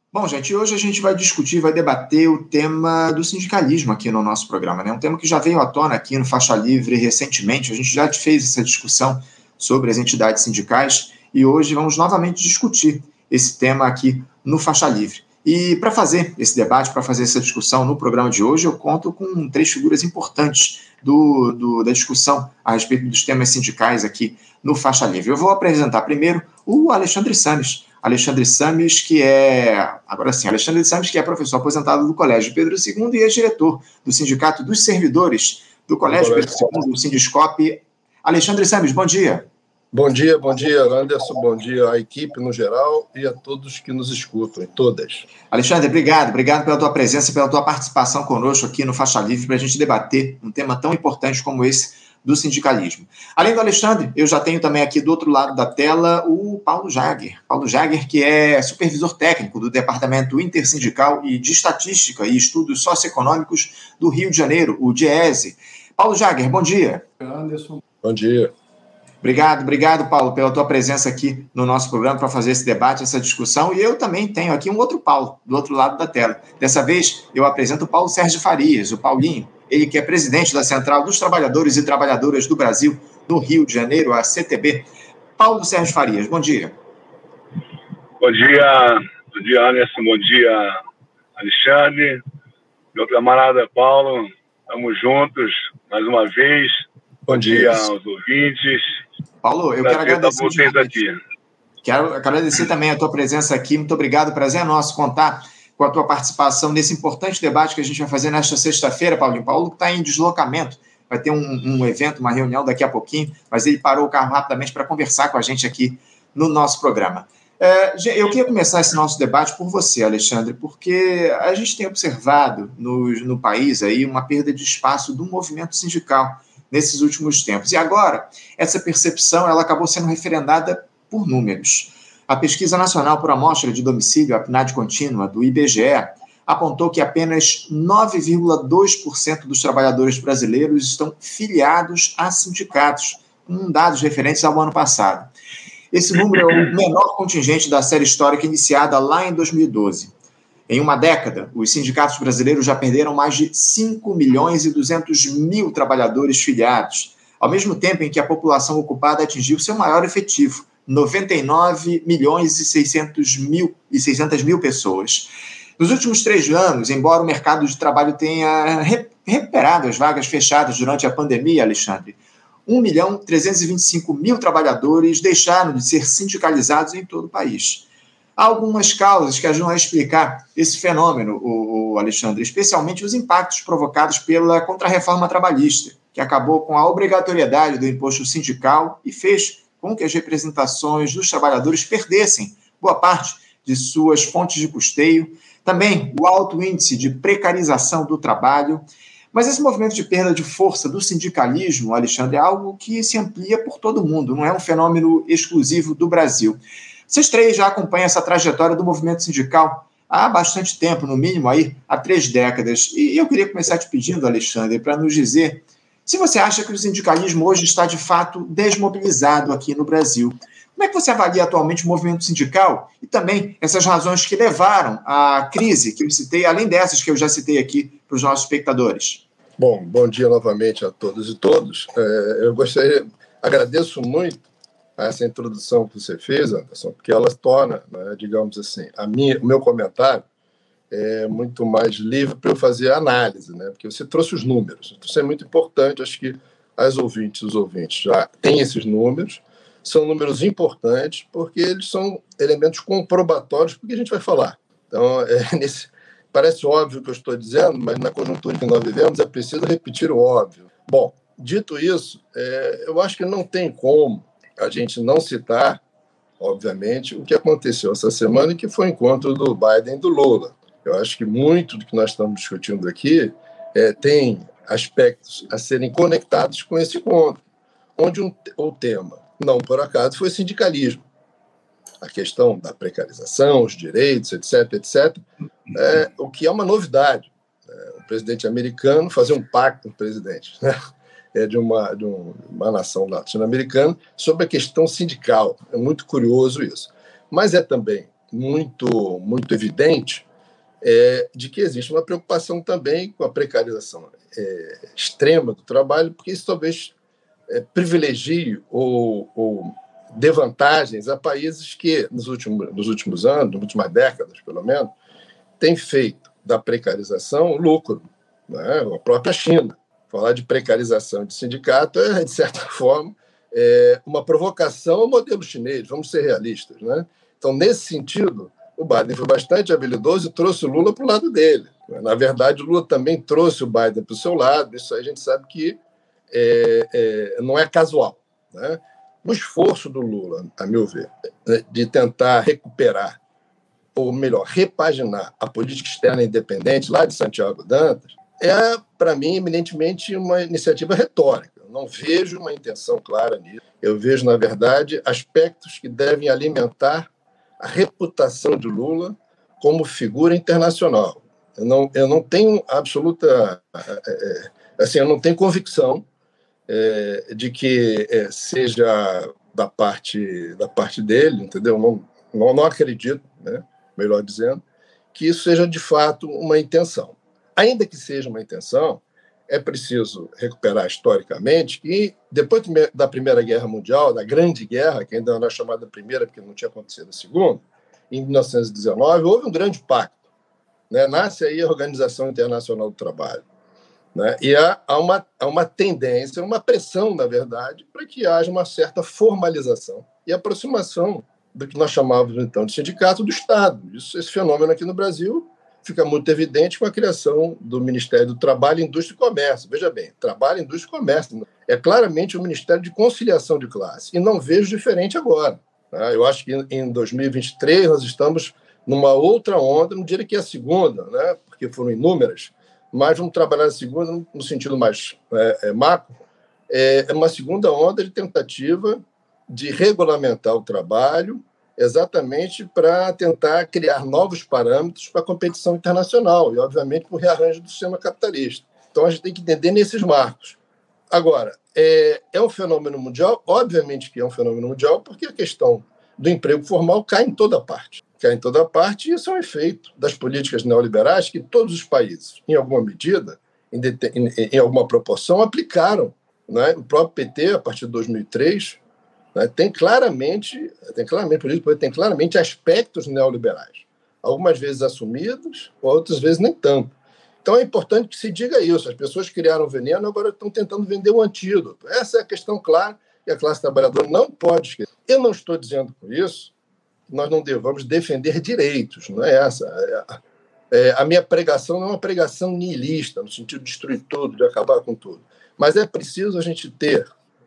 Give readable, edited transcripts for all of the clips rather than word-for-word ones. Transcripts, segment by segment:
Bom, gente, hoje a gente vai discutir, vai debater o tema do sindicalismo aqui no nosso programa, né? Um tema que já veio à tona aqui no Faixa Livre recentemente. A gente já fez essa discussão sobre as entidades sindicais e hoje vamos novamente discutir esse tema aqui no Faixa Livre. E para fazer esse debate, para fazer essa discussão no programa de hoje, eu conto com três figuras importantes da discussão a respeito dos temas sindicais aqui no Faixa Livre. Eu vou apresentar primeiro o Alexandre Sames. Alexandre Sames, que é professor aposentado do Colégio Pedro II e é diretor do Sindicato dos Servidores do Colégio Pedro II, o Sindiscope. Alexandre Sames, bom dia. Bom dia, Anderson, bom dia à equipe no geral e a todos que nos escutam, todas. Alexandre, obrigado pela tua presença e pela tua participação conosco aqui no Faixa Livre para a gente debater um tema tão importante como esse do sindicalismo. Além do Alexandre, eu já tenho também aqui do outro lado da tela o Paulo Jager. Paulo Jager, que é supervisor técnico do Departamento Intersindical e de Estatística e Estudos Socioeconômicos do Rio de Janeiro, o DIESE. Paulo Jager, bom dia. Anderson. Bom dia. Obrigado, Paulo, pela tua presença aqui no nosso programa para fazer esse debate, essa discussão. E eu também tenho aqui um outro Paulo, do outro lado da tela. Dessa vez, eu apresento o Paulo Sérgio Farias, o Paulinho, ele que é presidente da Central dos Trabalhadores e Trabalhadoras do Brasil, no Rio de Janeiro, a CTB. Paulo Sérgio Farias, bom dia. Bom dia, Anderson, bom dia, Alexandre, meu camarada Paulo, estamos juntos mais uma vez. Bom dia aos ouvintes. Paulo, eu quero agradecer. Quero agradecer também a tua presença aqui. Muito obrigado. Prazer é nosso contar com a tua participação nesse importante debate que a gente vai fazer nesta sexta-feira, Paulinho. Paulo está em deslocamento. Vai ter um evento, uma reunião daqui a pouquinho, mas ele parou o carro rapidamente para conversar com a gente aqui no nosso programa. Eu queria começar esse nosso debate por você, Alexandre, porque a gente tem observado no país aí uma perda de espaço do movimento sindical nesses últimos tempos. E agora, essa percepção ela acabou sendo referendada por números. A Pesquisa Nacional por Amostra de Domicílio, a PNAD contínua, do IBGE, apontou que apenas 9,2% dos trabalhadores brasileiros estão filiados a sindicatos, com dados referentes ao ano passado. Esse número é o menor contingente da série histórica iniciada lá em 2012. Em uma década, os sindicatos brasileiros já perderam mais de 5 milhões e 200 mil trabalhadores filiados, ao mesmo tempo em que a população ocupada atingiu seu maior efetivo, 99 milhões e 600 mil pessoas. Nos últimos 3 anos, embora o mercado de trabalho tenha recuperado as vagas fechadas durante a pandemia, Alexandre, 1.325.000 trabalhadores deixaram de ser sindicalizados em todo o país. Há algumas causas que ajudam a explicar esse fenômeno, o Alexandre, especialmente os impactos provocados pela contrarreforma trabalhista, que acabou com a obrigatoriedade do imposto sindical e fez com que as representações dos trabalhadores perdessem boa parte de suas fontes de custeio. Também o alto índice de precarização do trabalho. Mas esse movimento de perda de força do sindicalismo, Alexandre, é algo que se amplia por todo o mundo, não é um fenômeno exclusivo do Brasil. Vocês três já acompanham essa trajetória do movimento sindical há bastante tempo, no mínimo aí, há 3 décadas. E eu queria começar te pedindo, Alexandre, para nos dizer se você acha que o sindicalismo hoje está, de fato, desmobilizado aqui no Brasil. Como é que você avalia atualmente o movimento sindical e também essas razões que levaram à crise que eu citei, além dessas que eu já citei aqui para os nossos espectadores? Bom dia novamente a todas e todos. Agradeço muito essa introdução que você fez, Anderson, porque ela torna, né, digamos assim, o meu comentário muito mais livre para eu fazer a análise, né? Porque você trouxe os números. Isso é muito importante, acho que os ouvintes já têm esses números, são números importantes, porque eles são elementos comprobatórios do que a gente vai falar. Então, parece óbvio o que eu estou dizendo, mas na conjuntura que nós vivemos é preciso repetir o óbvio. Bom, dito isso, eu acho que não tem como a gente não citar, obviamente, o que aconteceu essa semana, que foi o encontro do Biden e do Lula. Eu acho que muito do que nós estamos discutindo aqui tem aspectos a serem conectados com esse encontro, onde o tema, não por acaso, foi sindicalismo. A questão da precarização, os direitos, etc., o que é uma novidade. O presidente americano fazer um pacto com o presidente, né? De uma nação latino-americana sobre a questão sindical. É muito curioso isso. Mas é também muito, muito evidente de que existe uma preocupação também com a precarização extrema do trabalho, porque isso talvez privilegie ou dê vantagens a países que, nos últimos anos, nas últimas décadas, pelo menos, têm feito da precarização lucro, né? A própria China. Falar de precarização de sindicato é, de certa forma, uma provocação ao modelo chinês, vamos ser realistas, né? Então, nesse sentido, o Biden foi bastante habilidoso e trouxe o Lula para o lado dele. Na verdade, o Lula também trouxe o Biden para o seu lado, isso aí a gente sabe que não é casual, né? O esforço do Lula, a meu ver, de tentar recuperar, ou melhor, repaginar a política externa independente lá de Santiago Dantas, para mim, eminentemente uma iniciativa retórica. Eu não vejo uma intenção clara nisso. Eu vejo, na verdade, aspectos que devem alimentar a reputação de Lula como figura internacional. Eu não tenho absoluta... eu não tenho convicção de que seja da parte dele, entendeu? Não acredito, né? Melhor dizendo, que isso seja de fato uma intenção. Ainda que seja uma intenção, é preciso recuperar historicamente que, depois da Primeira Guerra Mundial, da Grande Guerra, que ainda não é chamada Primeira porque não tinha acontecido a Segunda, em 1919, houve um grande pacto, né? Nasce aí a Organização Internacional do Trabalho, né? E há uma tendência, uma pressão, na verdade, para que haja uma certa formalização e aproximação do que nós chamávamos, então, de sindicato do Estado. Esse fenômeno aqui no Brasil fica muito evidente com a criação do Ministério do Trabalho, Indústria e Comércio. Veja bem, Trabalho, Indústria e Comércio é claramente um Ministério de Conciliação de Classe, e não vejo diferente agora. Tá? Eu acho que em 2023 nós estamos numa outra onda, não diria que é a segunda, né? Porque foram inúmeras, mas vamos trabalhar a segunda no sentido mais macro, é uma segunda onda de tentativa de regulamentar o trabalho, exatamente para tentar criar novos parâmetros para a competição internacional e, obviamente, para o rearranjo do sistema capitalista. Então, a gente tem que entender nesses marcos. Agora, é um fenômeno mundial? Obviamente que é um fenômeno mundial, porque a questão do emprego formal cai em toda parte. Cai em toda parte, e isso é um efeito das políticas neoliberais que todos os países, em alguma medida, em alguma proporção, aplicaram, né? O próprio PT, a partir de 2003, tem claramente aspectos neoliberais, algumas vezes assumidos, outras vezes nem tanto. Então é importante que se diga isso. As pessoas criaram o veneno, agora estão tentando vender o antídoto. Essa é a questão clara que a classe trabalhadora não pode esquecer. Eu não estou dizendo com isso que nós não devamos defender direitos, não é essa. A minha pregação não é uma pregação nihilista, no sentido de destruir tudo, de acabar com tudo. Mas é preciso a gente ter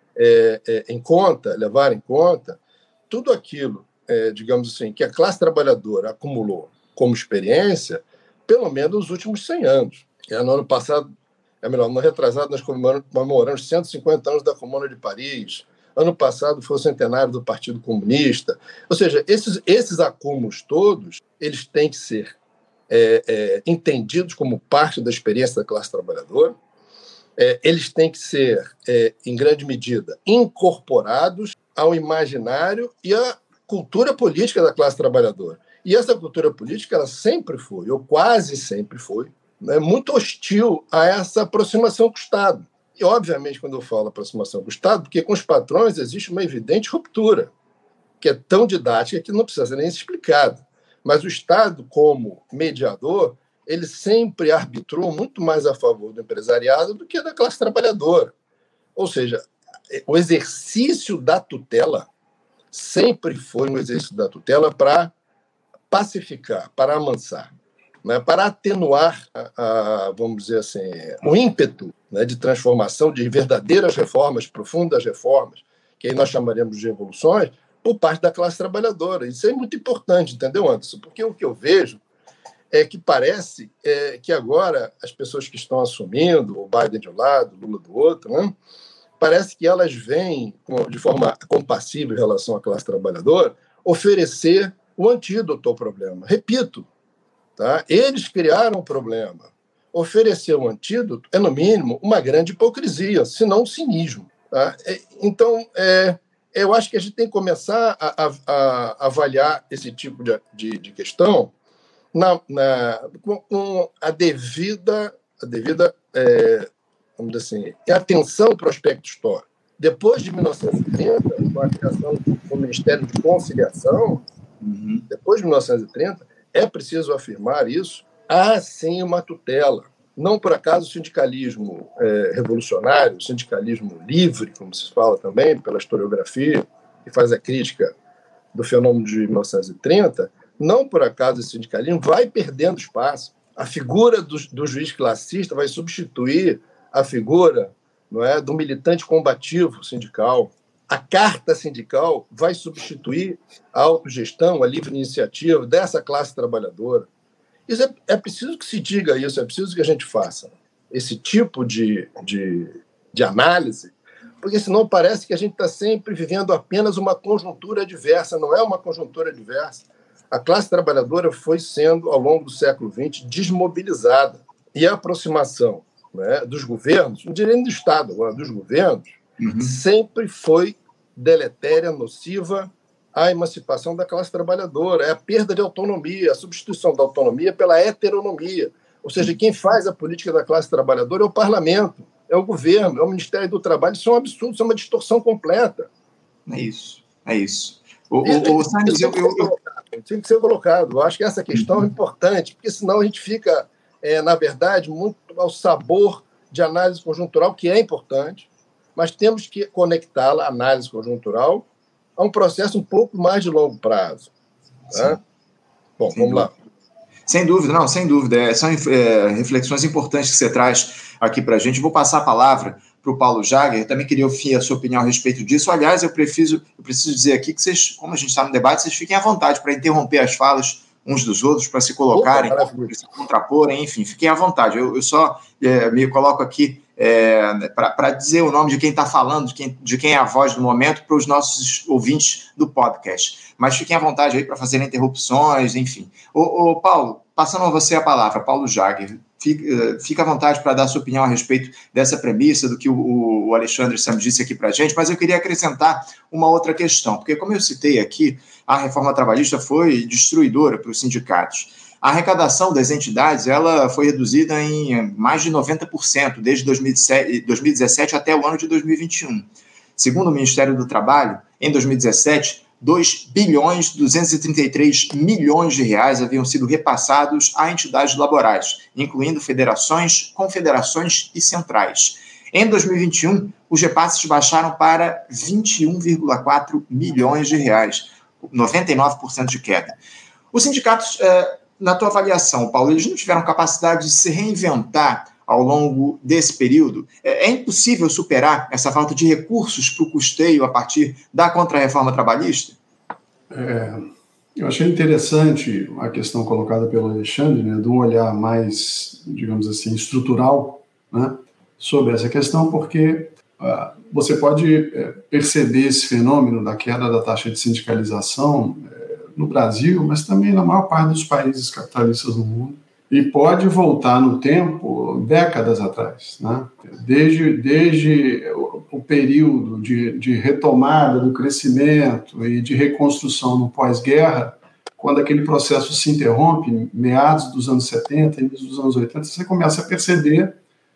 levar em conta tudo aquilo, digamos assim, que a classe trabalhadora acumulou como experiência, pelo menos nos últimos 100 anos. No ano passado, no ano retrasado, nós comemoramos 150 anos da Comuna de Paris. Ano passado foi o centenário do Partido Comunista. Ou seja, esses acúmulos todos, eles têm que ser entendidos como parte da experiência da classe trabalhadora. Eles têm que ser, em grande medida, incorporados ao imaginário e à cultura política da classe trabalhadora. E essa cultura política, ela sempre foi, ou quase sempre foi, né, muito hostil a essa aproximação com o Estado. E, obviamente, quando eu falo aproximação com o Estado, porque com os patrões existe uma evidente ruptura, que é tão didática que não precisa ser nem explicada. Mas o Estado, como mediador, ele sempre arbitrou muito mais a favor do empresariado do que da classe trabalhadora. Ou seja, o exercício da tutela sempre foi um exercício da tutela para pacificar, para amansar, né, para atenuar, vamos dizer assim, o ímpeto, né, de transformação de verdadeiras reformas, profundas reformas, que aí nós chamaremos de revoluções, por parte da classe trabalhadora. Isso é muito importante, entendeu, Anderson? Porque o que eu vejo é que parece que agora as pessoas que estão assumindo, o Biden de um lado, o Lula do outro, né, parece que elas vêm, de forma compassível em relação à classe trabalhadora, oferecer o antídoto ao problema. Repito, tá? Eles criaram o problema. Oferecer o antídoto é, no mínimo, uma grande hipocrisia, se não um cinismo. Tá? Então, eu acho que a gente tem que começar a avaliar esse tipo de questão com a devida vamos dizer assim, atenção para o aspecto histórico. Depois de 1930, com a criação do Ministério de Conciliação, depois de 1930, é preciso afirmar isso, há sim uma tutela. Não por acaso o sindicalismo revolucionário, o sindicalismo livre, como se fala também, pela historiografia, que faz a crítica do fenômeno de 1930, não por acaso esse sindicalismo vai perdendo espaço. A figura do juiz classista vai substituir a figura, não é, do militante combativo sindical. A carta sindical vai substituir a autogestão, a livre iniciativa dessa classe trabalhadora. Isso é preciso que se diga isso, é preciso que a gente faça esse tipo de análise, porque senão parece que a gente está sempre vivendo apenas uma conjuntura adversa, não é uma conjuntura adversa. A classe trabalhadora foi sendo, ao longo do século XX, desmobilizada. E a aproximação, né, dos governos, não diria nem do Estado, agora dos governos, sempre foi deletéria, nociva à emancipação da classe trabalhadora. É a perda de autonomia, a substituição da autonomia pela heteronomia. Ou seja, quem faz a política da classe trabalhadora é o parlamento, é o governo, é o Ministério do Trabalho. Isso é um absurdo, isso é uma distorção completa. É isso. Tem que ser colocado. Eu acho que essa questão é importante, porque senão a gente fica, na verdade, muito ao sabor de análise conjuntural, que é importante, mas temos que conectá-la, a análise conjuntural, a um processo um pouco mais de longo prazo. Tá? Bom, vamos lá. Sem dúvida. São reflexões importantes que você traz aqui para a gente. Vou passar a palavra para o Paulo Jagger. Também queria ouvir a sua opinião a respeito disso. Aliás, eu preciso dizer aqui que vocês, como a gente está no debate, vocês fiquem à vontade para interromper as falas uns dos outros, para se colocarem, para se contraporem, enfim, fiquem à vontade. Eu só me coloco aqui para dizer o nome de quem está falando, de quem é a voz do momento, para os nossos ouvintes do podcast. Mas fiquem à vontade aí para fazerem interrupções, enfim. Paulo, passando a você a palavra, Paulo Jagger, fica à vontade para dar sua opinião a respeito dessa premissa, do que o Alexandre Sam disse aqui para a gente, mas eu queria acrescentar uma outra questão, porque, como eu citei aqui, a reforma trabalhista foi destruidora para os sindicatos. A arrecadação das entidades ela foi reduzida em mais de 90% desde 2017 até o ano de 2021. Segundo o Ministério do Trabalho, em 2017, 2 bilhões 233 milhões de reais haviam sido repassados a entidades laborais, incluindo federações, confederações e centrais. Em 2021, os repasses baixaram para 21,4 milhões de reais, 99% de queda. Os sindicatos, na tua avaliação, Paulo, eles não tiveram capacidade de se reinventar ao longo desse período? É impossível superar essa falta de recursos para o custeio a partir da contra-reforma trabalhista? Eu achei interessante a questão colocada pelo Alexandre, né, de um olhar mais, digamos assim, estrutural, né, sobre essa questão, porque você pode perceber esse fenômeno da queda da taxa de sindicalização no Brasil, mas também na maior parte dos países capitalistas do mundo, e pode voltar no tempo décadas atrás, né? Desde o período de retomada do crescimento e de reconstrução no pós-guerra, quando aquele processo se interrompe, meados dos anos 70, início dos anos 80, você começa a perceber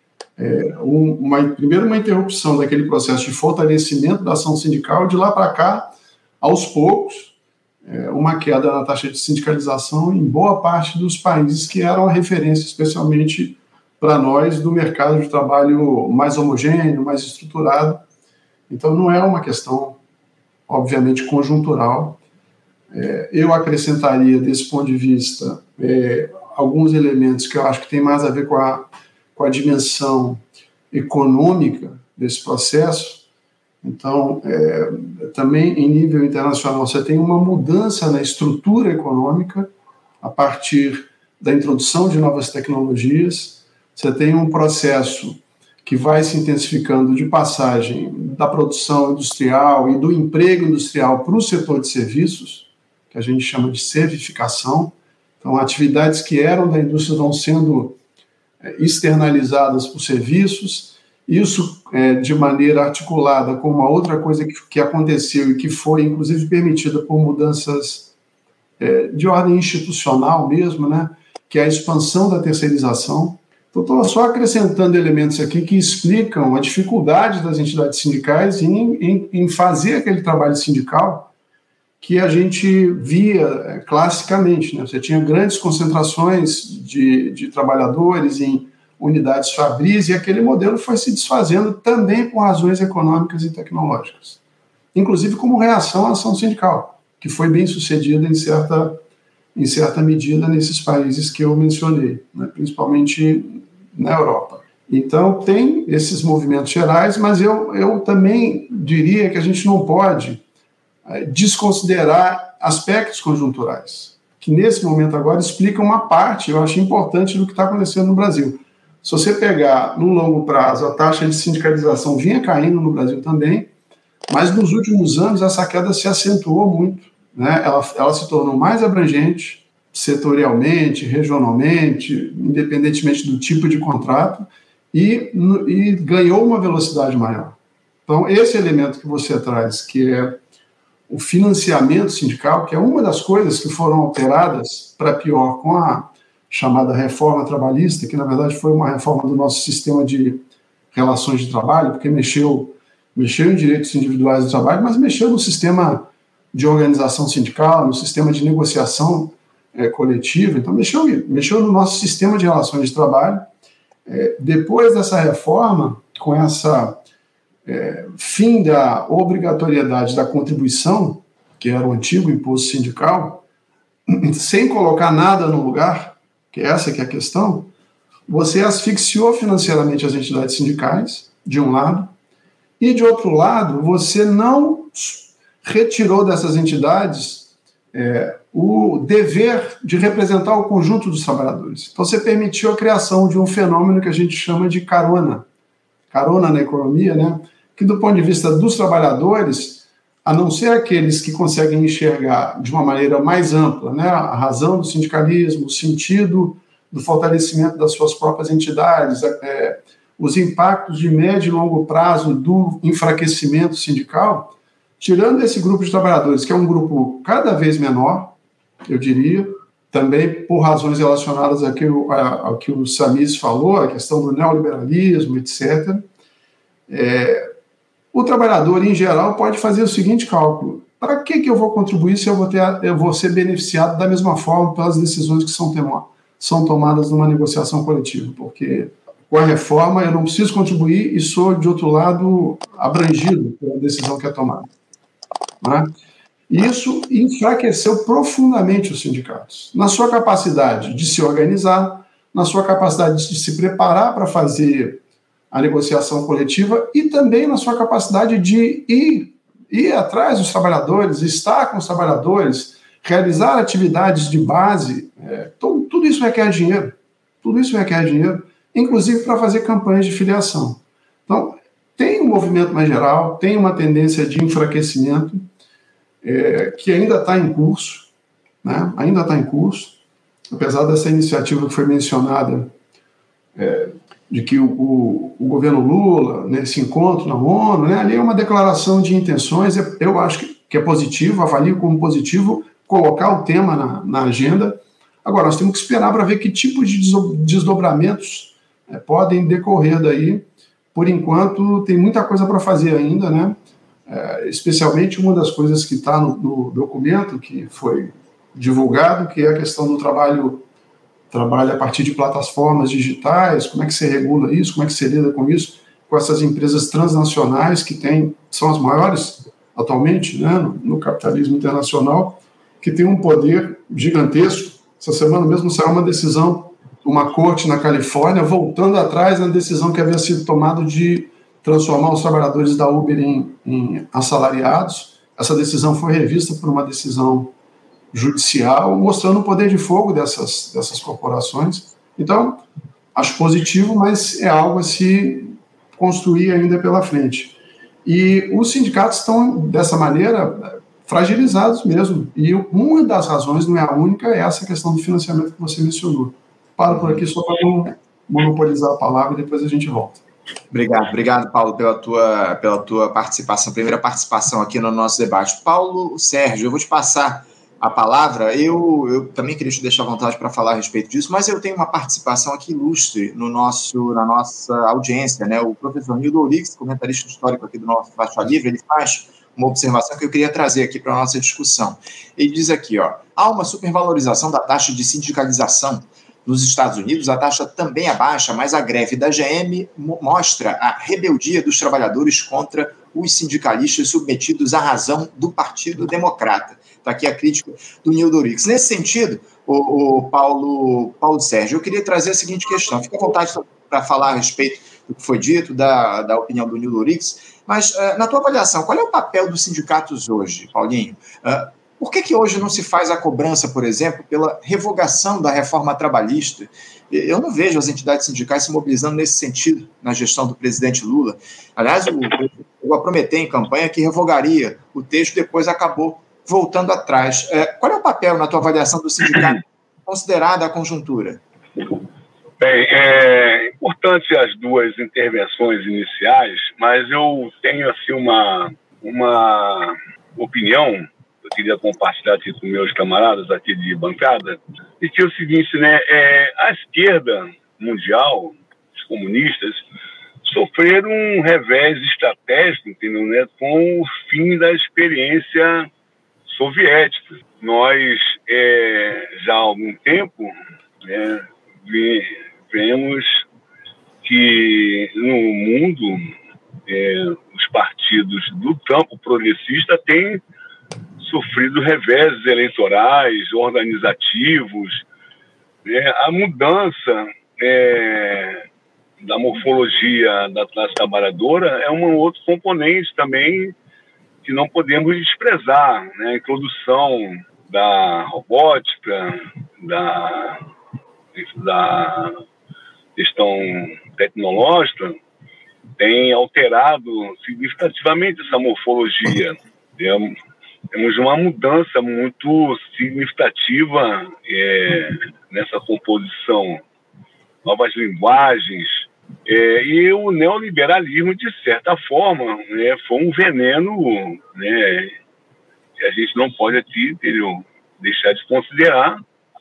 primeiro uma interrupção daquele processo de fortalecimento da ação sindical, de lá para cá, aos poucos, uma queda na taxa de sindicalização em boa parte dos países que eram a referência, especialmente para nós, do mercado de trabalho mais homogêneo, mais estruturado. Então, não é uma questão, obviamente, conjuntural. Eu acrescentaria, desse ponto de vista, alguns elementos que eu acho que tem mais a ver com a dimensão econômica desse processo. Então, também em nível internacional, você tem uma mudança na estrutura econômica a partir da introdução de novas tecnologias. Você tem um processo que vai se intensificando de passagem da produção industrial e do emprego industrial para o setor de serviços, que a gente chama de servificação. Então, atividades que eram da indústria vão sendo externalizadas por serviços, Isso, de maneira articulada com uma outra coisa que aconteceu e que foi, inclusive, permitida por mudanças de ordem institucional mesmo, né, que é a expansão da terceirização. Então, estou só acrescentando elementos aqui que explicam a dificuldade das entidades sindicais em fazer aquele trabalho sindical que a gente via classicamente, né? Você tinha grandes concentrações de trabalhadores em unidades fabris, e aquele modelo foi se desfazendo também por razões econômicas e tecnológicas, inclusive como reação à ação sindical, que foi bem sucedida em certa medida nesses países que eu mencionei, né, principalmente na Europa. Então, tem esses movimentos gerais, mas eu também diria que a gente não pode desconsiderar aspectos conjunturais, que nesse momento agora explicam uma parte, eu acho importante, do que está acontecendo no Brasil. Se você pegar no longo prazo, a taxa de sindicalização vinha caindo no Brasil também, mas nos últimos anos essa queda se acentuou muito, né? Ela se tornou mais abrangente, setorialmente, regionalmente, independentemente do tipo de contrato, e ganhou uma velocidade maior. Então, esse elemento que você traz, que é o financiamento sindical, que é uma das coisas que foram alteradas para pior com a chamada reforma trabalhista, que na verdade foi uma reforma do nosso sistema de relações de trabalho, porque mexeu em direitos individuais do trabalho, mas mexeu no sistema de organização sindical, no sistema de negociação coletiva, então mexeu no nosso sistema de relações de trabalho. Depois dessa reforma, com essa fim da obrigatoriedade da contribuição, que era o antigo imposto sindical, sem colocar nada no lugar, que essa que é a questão, você asfixiou financeiramente as entidades sindicais, de um lado, e, de outro lado, você não retirou dessas entidades o dever de representar o conjunto dos trabalhadores. Então, você permitiu a criação de um fenômeno que a gente chama de carona na economia, né? Que, do ponto de vista dos trabalhadores, a não ser aqueles que conseguem enxergar de uma maneira mais ampla, né, a razão do sindicalismo, o sentido do fortalecimento das suas próprias entidades, os impactos de médio e longo prazo do enfraquecimento sindical, tirando esse grupo de trabalhadores, que é um grupo cada vez menor, eu diria, também por razões relacionadas ao que o Samis falou, a questão do neoliberalismo, etc., o trabalhador, em geral, pode fazer o seguinte cálculo: para que eu vou contribuir se eu vou ser beneficiado da mesma forma pelas decisões que são tomadas numa negociação coletiva? Porque com a reforma eu não preciso contribuir e sou, de outro lado, abrangido pela decisão que é tomada. Né? Isso enfraqueceu profundamente os sindicatos, na sua capacidade de se organizar, na sua capacidade de se preparar para fazer a negociação coletiva e também na sua capacidade de ir atrás dos trabalhadores, estar com os trabalhadores, realizar atividades de base. Então, tudo isso requer dinheiro. Tudo isso requer dinheiro, inclusive para fazer campanhas de filiação. Então, tem um movimento mais geral, tem uma tendência de enfraquecimento que ainda está em curso, né? Ainda está em curso, apesar dessa iniciativa que foi mencionada, de que o governo Lula, nesse encontro na ONU, né, ali é uma declaração de intenções. Eu acho que é positivo, avalio como positivo colocar o tema na agenda. Agora, nós temos que esperar para ver que tipo de desdobramentos podem decorrer daí. Por enquanto, tem muita coisa para fazer ainda, né? Especialmente uma das coisas que está no documento que foi divulgado, que é a questão do trabalho a partir de plataformas digitais. Como é que você regula isso, como é que você lida com isso, com essas empresas transnacionais que são as maiores atualmente, né, no capitalismo internacional, que tem um poder gigantesco. Essa semana mesmo saiu uma decisão, uma corte na Califórnia, voltando atrás na decisão que havia sido tomada de transformar os trabalhadores da Uber em assalariados. Essa decisão foi revista por uma decisão judicial, mostrando o poder de fogo dessas corporações. Então, acho positivo, mas é algo a se construir ainda pela frente. E os sindicatos estão, dessa maneira, fragilizados mesmo. E uma das razões, não é a única, é essa questão do financiamento que você mencionou. Paro por aqui só para não monopolizar a palavra e depois a gente volta. Obrigado, Paulo, pela tua participação, primeira participação aqui no nosso debate. Paulo Sérgio, eu vou te passar a palavra. Eu também queria te deixar à vontade para falar a respeito disso, mas eu tenho uma participação aqui ilustre na nossa audiência, né? O professor Nildo Ourix, comentarista histórico aqui do nosso Faixa Livre, ele faz uma observação que eu queria trazer aqui para a nossa discussão. Ele diz aqui, há uma supervalorização da taxa de sindicalização. Nos Estados Unidos, a taxa também é baixa, mas a greve da GM mostra a rebeldia dos trabalhadores contra os sindicalistas submetidos à razão do Partido Democrata. Está aqui a crítica do Nildo Ourix. Nesse sentido, o Paulo Sérgio, eu queria trazer a seguinte questão. Fica à vontade para falar a respeito do que foi dito, da opinião do Nildo Ourix, mas, na tua avaliação, qual é o papel dos sindicatos hoje, Paulinho? Por que hoje não se faz a cobrança, por exemplo, pela revogação da reforma trabalhista? Eu não vejo as entidades sindicais se mobilizando nesse sentido na gestão do presidente Lula. Aliás, o presidente chegou a prometer em campanha que revogaria o texto, depois acabou voltando atrás. Qual é o papel, na tua avaliação, do sindicato, considerada a conjuntura? Bem, é importante as duas intervenções iniciais, mas eu tenho assim, uma opinião eu queria compartilhar aqui com meus camaradas aqui de bancada, e que é o seguinte, né, a esquerda mundial, os comunistas, sofreram um revés estratégico, entendeu, né, com o fim da experiência soviética. Nós, já há algum tempo, né, vemos que no mundo os partidos do campo progressista têm sofrido reveses eleitorais, organizativos, né? A mudança da morfologia da classe trabalhadora é um outro componente também que não podemos desprezar, né? A introdução da robótica, da questão tecnológica tem alterado significativamente essa morfologia. Temos uma mudança muito significativa nessa composição, novas linguagens, e o neoliberalismo, de certa forma, foi um veneno, né, que a gente não pode aqui deixar de considerar.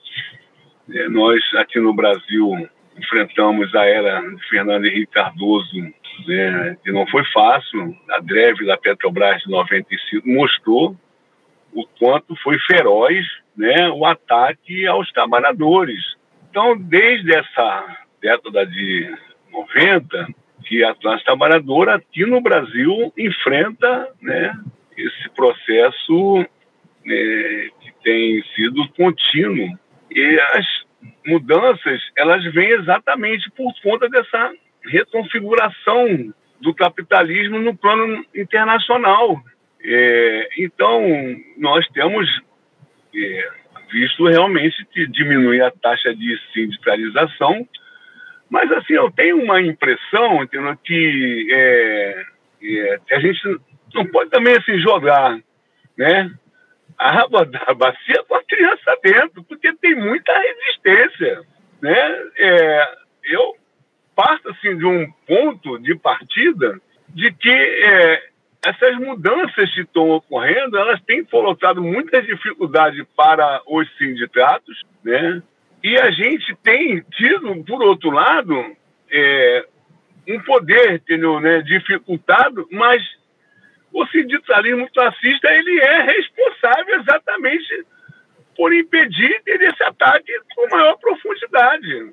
Nós, aqui no Brasil, enfrentamos a era de Fernando Henrique Cardoso, né, que não foi fácil. A greve da Petrobras de 95 mostrou o quanto foi feroz, né, o ataque aos trabalhadores. Então, desde essa década de 90, que a classe trabalhadora aqui no Brasil enfrenta, né, esse processo que tem sido contínuo. E as mudanças, elas vêm exatamente por conta dessa reconfiguração do capitalismo no plano internacional. Então, nós temos visto realmente que diminui a taxa de sindicalização, mas, assim, eu tenho uma impressão, entendeu, que a gente não pode também, assim, jogar, né, a água da bacia com a criança dentro, porque tem muita resistência, né? Eu parto, assim, de um ponto de partida de que essas mudanças que estão ocorrendo, elas têm colocado muitas dificuldades para os sindicatos, né? E a gente tem tido, por outro lado, um poder, entendeu, né, dificultado, mas o sindicalismo classista, ele é responsável exatamente por impedir esse ataque com maior profundidade.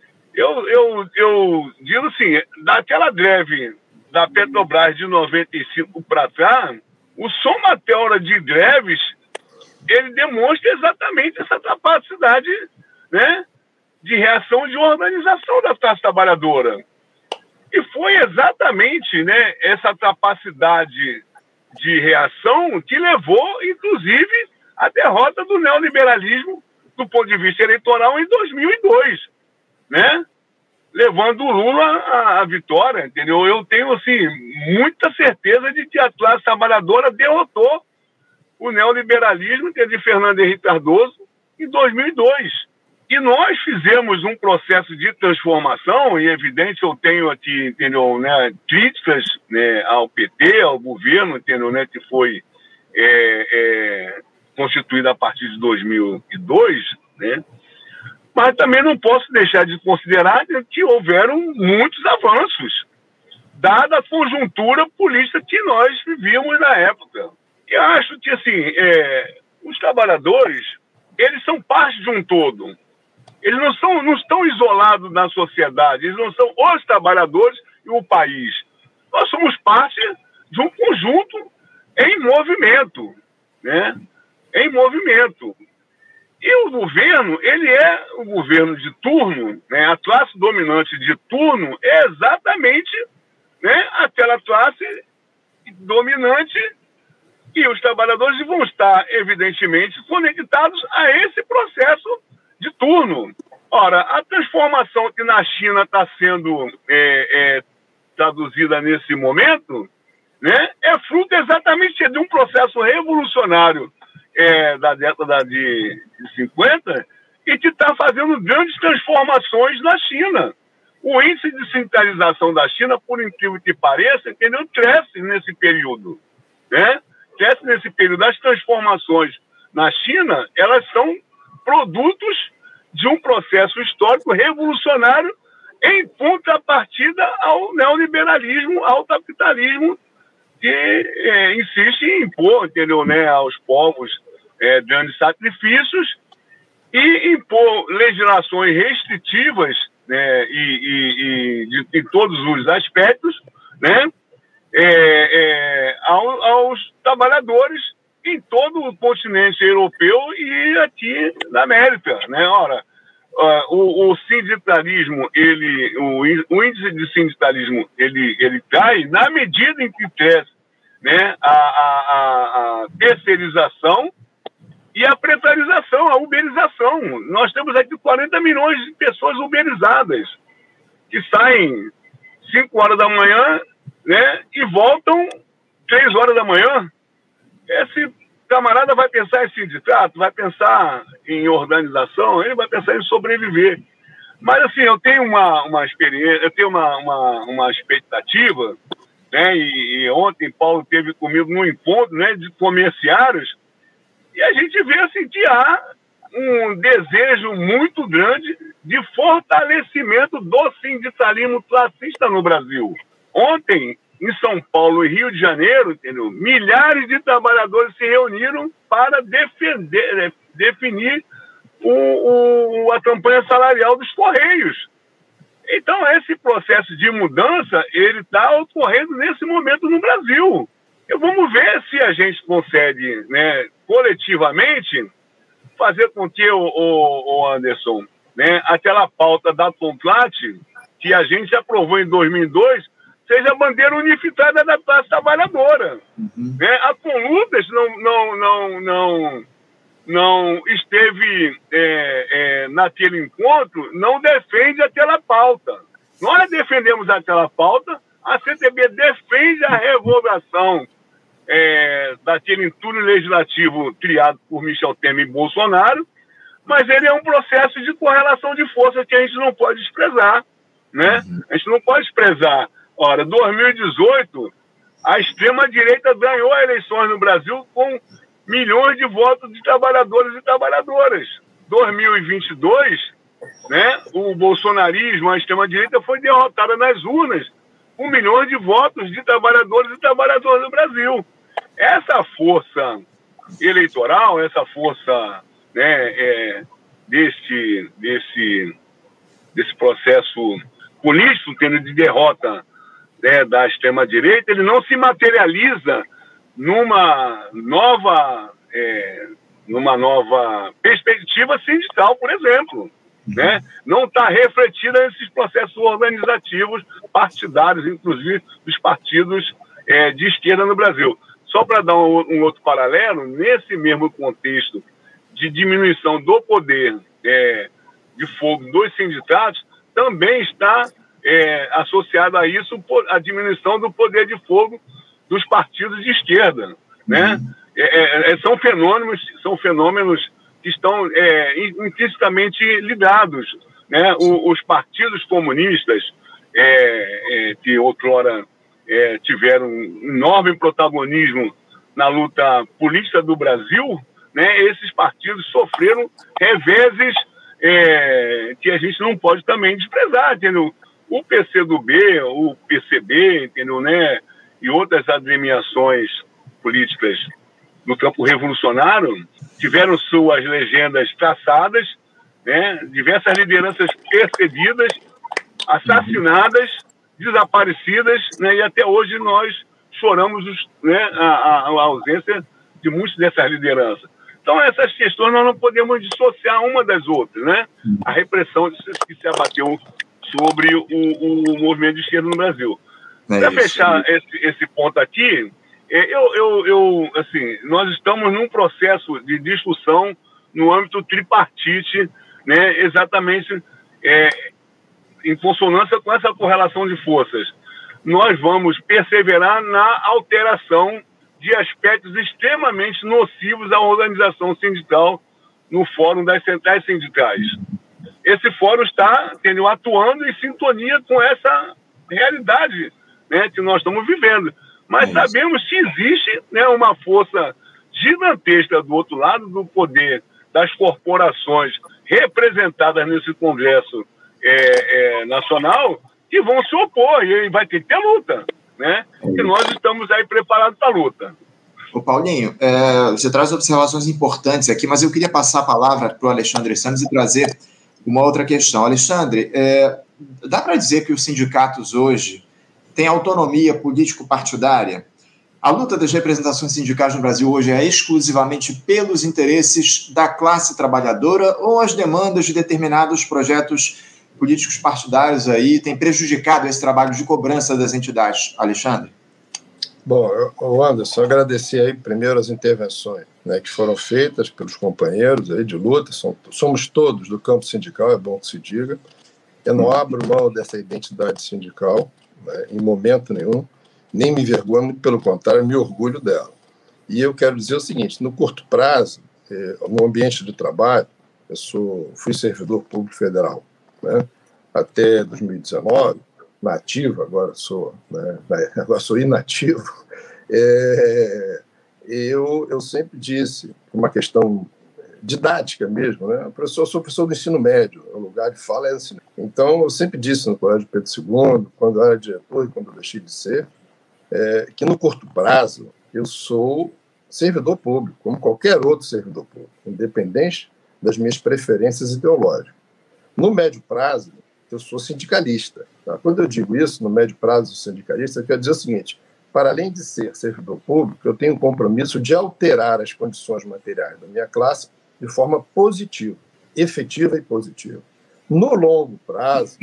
Eu digo assim, daquela greve da Petrobras de 95 para cá, o somatório de greves, ele demonstra exatamente essa capacidade, né, de reação, de organização da classe trabalhadora. E foi exatamente, né, essa capacidade de reação que levou, inclusive, à derrota do neoliberalismo do ponto de vista eleitoral em 2002, né? Levando o Lula à vitória, entendeu? Eu tenho, assim, muita certeza de que a classe trabalhadora derrotou o neoliberalismo de Fernando Henrique Cardoso em 2002. E nós fizemos um processo de transformação, e é evidente, eu tenho aqui, entendeu, né, críticas, né, ao PT, ao governo, entendeu, né, que foi constituído a partir de 2002, né, mas também não posso deixar de considerar que houveram muitos avanços, dada a conjuntura política que nós vivíamos na época. E acho que, assim, os trabalhadores, eles são parte de um todo. Eles não estão isolados na sociedade, eles não são os trabalhadores e o país. Nós somos parte de um conjunto em movimento, né? Em movimento. E o governo, ele é o governo de turno, né? A classe dominante de turno é exatamente, né, aquela classe dominante, e os trabalhadores vão estar, evidentemente, conectados a esse processo de turno. Ora, a transformação que na China está sendo traduzida nesse momento, né, é fruto exatamente de um processo revolucionário da década de 50, e que está fazendo grandes transformações na China. O índice de sindicalização da China, por incrível que pareça, entendeu, cresce nesse período, né? Cresce nesse período. As transformações na China, elas são produtos de um processo histórico revolucionário em contrapartida ao neoliberalismo, ao capitalismo, que insiste em impor, entendeu, né, aos povos grandes sacrifícios e impor legislações restritivas, né, em todos os aspectos, né, aos trabalhadores em todo o continente europeu e aqui na América, né? Ora, o sindicalismo, o índice de sindicalismo, ele cai na medida em que cresce, né, a terceirização e a precarização, a uberização. Nós temos aqui 40 milhões de pessoas uberizadas, que saem 5 horas da manhã, né, e voltam 3 horas da manhã. Esse camarada vai pensar em sindicato, vai pensar em organização, ele vai pensar em sobreviver. Mas, assim, eu tenho uma experiência, eu tenho uma expectativa, né, e ontem Paulo esteve comigo num encontro, né, de comerciários, e a gente vê, assim, que há um desejo muito grande de fortalecimento do sindicalismo classista no Brasil. Ontem, em São Paulo e Rio de Janeiro, entendeu, milhares de trabalhadores se reuniram para definir a campanha salarial dos Correios. Então, esse processo de mudança, ele está ocorrendo nesse momento no Brasil. Vamos ver se a gente consegue, né, coletivamente, fazer com que o Anderson, né, aquela pauta da Tomclat, que a gente aprovou em 2002, seja a bandeira unificada da classe trabalhadora. Uhum. Né? A Conlutas não esteve naquele encontro, não defende aquela pauta. Nós defendemos aquela pauta, a CTB defende a revogação daquele entulho legislativo criado por Michel Temer e Bolsonaro, mas ele é um processo de correlação de força que a gente não pode desprezar, né? A gente não pode desprezar. Ora, 2018, a extrema-direita ganhou as eleições no Brasil com milhões de votos de trabalhadores e trabalhadoras. 2022, né, o bolsonarismo, a extrema-direita, foi derrotada nas urnas com milhões de votos de trabalhadores e trabalhadoras no Brasil. Essa força eleitoral, essa força, né, desse processo político, tendo de derrota, né, da extrema-direita, ele não se materializa numa nova perspectiva sindical, por exemplo. Né? Não está refletida nesses processos organizativos partidários, inclusive dos partidos de esquerda no Brasil. Só para dar um outro paralelo, nesse mesmo contexto de diminuição do poder de fogo dos sindicatos, também está associado a isso a diminuição do poder de fogo dos partidos de esquerda, né? São fenômenos que estão intrinsecamente ligados, né? Os partidos comunistas, que outrora tiveram um enorme protagonismo na luta política do Brasil, né? Esses partidos sofreram reveses que a gente não pode também desprezar, entendeu? O PCdoB, o PCB, entendeu, né? E outras agremiações políticas no campo revolucionário tiveram suas legendas traçadas, né? Diversas lideranças perseguidas, assassinadas, desaparecidas, né? E até hoje nós choramos, né, a ausência de muitas dessas lideranças. Então, essas questões nós não podemos dissociar uma das outras, né? A repressão que se abateu sobre o movimento de esquerda no Brasil. Para fechar esse ponto aqui, assim, nós estamos num processo de discussão no âmbito tripartite, né? Exatamente em consonância com essa correlação de forças. Nós vamos perseverar na alteração de aspectos extremamente nocivos à organização sindical no Fórum das Centrais Sindicais. Esse fórum está atuando em sintonia com essa realidade, né, que nós estamos vivendo. Mas sabemos que existe, né, uma força gigantesca do outro lado do poder das corporações representadas nesse Congresso Nacional que vão se opor e vai ter que ter luta, né? E nós estamos aí preparados para a luta. Ô Paulinho, você traz observações importantes aqui, mas eu queria passar a palavra para o Alexandre Santos e trazer uma outra questão. Alexandre, dá para dizer que os sindicatos hoje têm autonomia político-partidária? A luta das representações sindicais no Brasil hoje é exclusivamente pelos interesses da classe trabalhadora ou as demandas de determinados projetos políticos partidários aí têm prejudicado esse trabalho de cobrança das entidades? Alexandre? Bom, Anderson, agradecer aí primeiro as intervenções, né, que foram feitas pelos companheiros aí de luta. Somos todos do campo sindical, é bom que se diga. Eu não abro mão dessa identidade sindical, né, em momento nenhum, nem me envergonho, muito pelo contrário, me orgulho dela. E eu quero dizer o seguinte: no curto prazo, no ambiente de trabalho, fui servidor público federal, né, até 2019, nativo, agora sou inativo. Eu sempre disse, uma questão didática mesmo, né? Sou professor do ensino médio, o lugar de fala é ensino. Então, eu sempre disse no Colégio Pedro II, quando eu era diretor e quando eu deixei de ser, que no curto prazo eu sou servidor público, como qualquer outro servidor público, independente das minhas preferências ideológicas. No médio prazo, eu sou sindicalista. Tá? Quando eu digo isso, no médio prazo sindicalista, eu quero dizer o seguinte: para além de ser servidor público, eu tenho um compromisso de alterar as condições materiais da minha classe de forma positiva, efetiva e positiva. No longo prazo,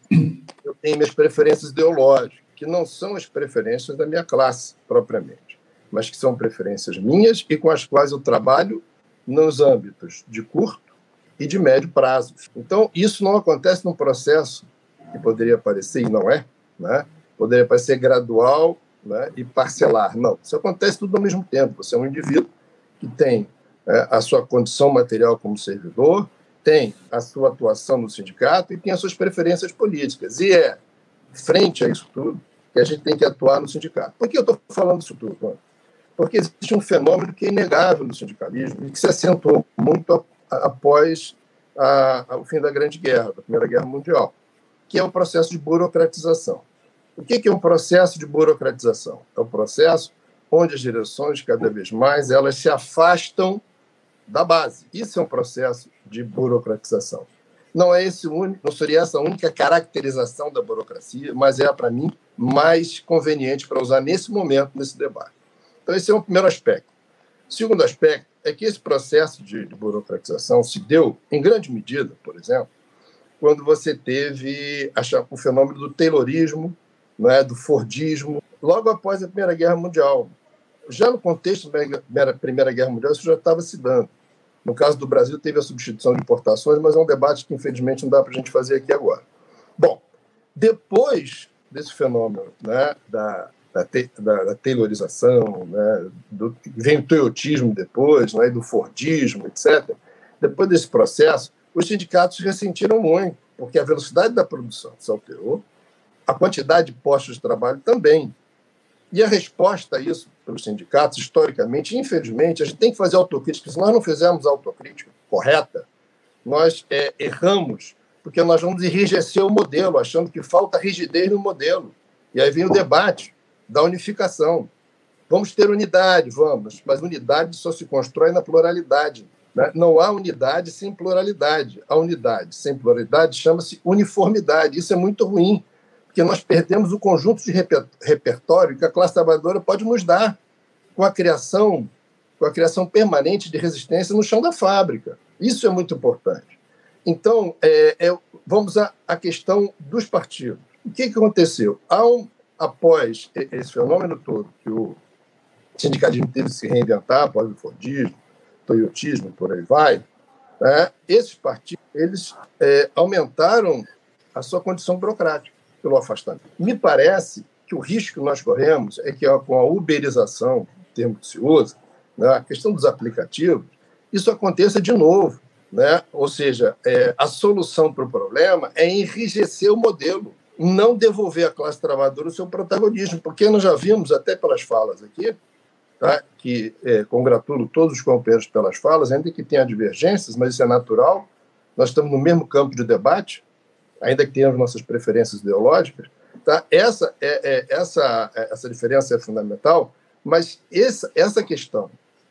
eu tenho minhas preferências ideológicas, que não são as preferências da minha classe, propriamente, mas que são preferências minhas e com as quais eu trabalho nos âmbitos de curto e de médio prazo. Então, isso não acontece num processo que poderia parecer, e não é, né? Poderia parecer gradual, né, e parcelar. Não, isso acontece tudo ao mesmo tempo. Você é um indivíduo que tem a sua condição material como servidor, tem a sua atuação no sindicato e tem as suas preferências políticas. E frente a isso tudo, que a gente tem que atuar no sindicato. Por que eu estou falando isso tudo? Porque existe um fenômeno que é inegável no sindicalismo e que se acentuou muito após o fim da Grande Guerra, da Primeira Guerra Mundial, que é o processo de burocratização. O que é um processo de burocratização? É um processo onde as direções, cada vez mais, elas se afastam da base. Isso é um processo de burocratização. Não seria essa a única caracterização da burocracia, mas é, para mim, mais conveniente para usar nesse momento, nesse debate. Então, esse é o primeiro aspecto. O segundo aspecto é que esse processo de burocratização se deu, em grande medida, por exemplo, quando você teve o fenômeno do taylorismo, né, do fordismo, logo após a Primeira Guerra Mundial. Já no contexto da Primeira Guerra Mundial, isso já estava se dando. No caso do Brasil, teve a substituição de importações, mas é um debate que, infelizmente, não dá para a gente fazer aqui agora. Bom, depois desse fenômeno, né, da taylorização, né, vem o toyotismo depois, né, do fordismo, etc., depois desse processo, os sindicatos ressentiram muito, porque a velocidade da produção se alterou, a quantidade de postos de trabalho também. E a resposta a isso, pelos sindicatos, historicamente, infelizmente, a gente tem que fazer autocrítica. Se nós não fizermos a autocrítica correta, nós erramos, porque nós vamos enrijecer o modelo, achando que falta rigidez no modelo. E aí vem o debate da unificação. Vamos ter unidade, vamos, mas unidade só se constrói na pluralidade. Né? Não há unidade sem pluralidade. A unidade sem pluralidade chama-se uniformidade. Isso é muito ruim, porque nós perdemos o conjunto de repertório que a classe trabalhadora pode nos dar com a criação permanente de resistência no chão da fábrica. Isso é muito importante. Então, vamos à questão dos partidos. O que aconteceu? Após esse fenômeno todo, que o sindicalismo teve que se reinventar, após o Fordismo, toyotismo, por aí vai, né? Esses partidos eles aumentaram a sua condição burocrática pelo afastamento. Me parece que o risco que nós corremos é que, com a uberização, o termo que se usa, né, a questão dos aplicativos, isso aconteça de novo. Né? Ou seja, a solução para o problema é enrijecer o modelo, não devolver à classe trabalhadora o seu protagonismo, porque nós já vimos, até pelas falas aqui, tá? Que congratulo todos os companheiros pelas falas, ainda que tenha divergências, mas isso é natural, nós estamos no mesmo campo de debate, ainda que tenhamos nossas preferências ideológicas, tá? Essa diferença é fundamental, mas essa questão,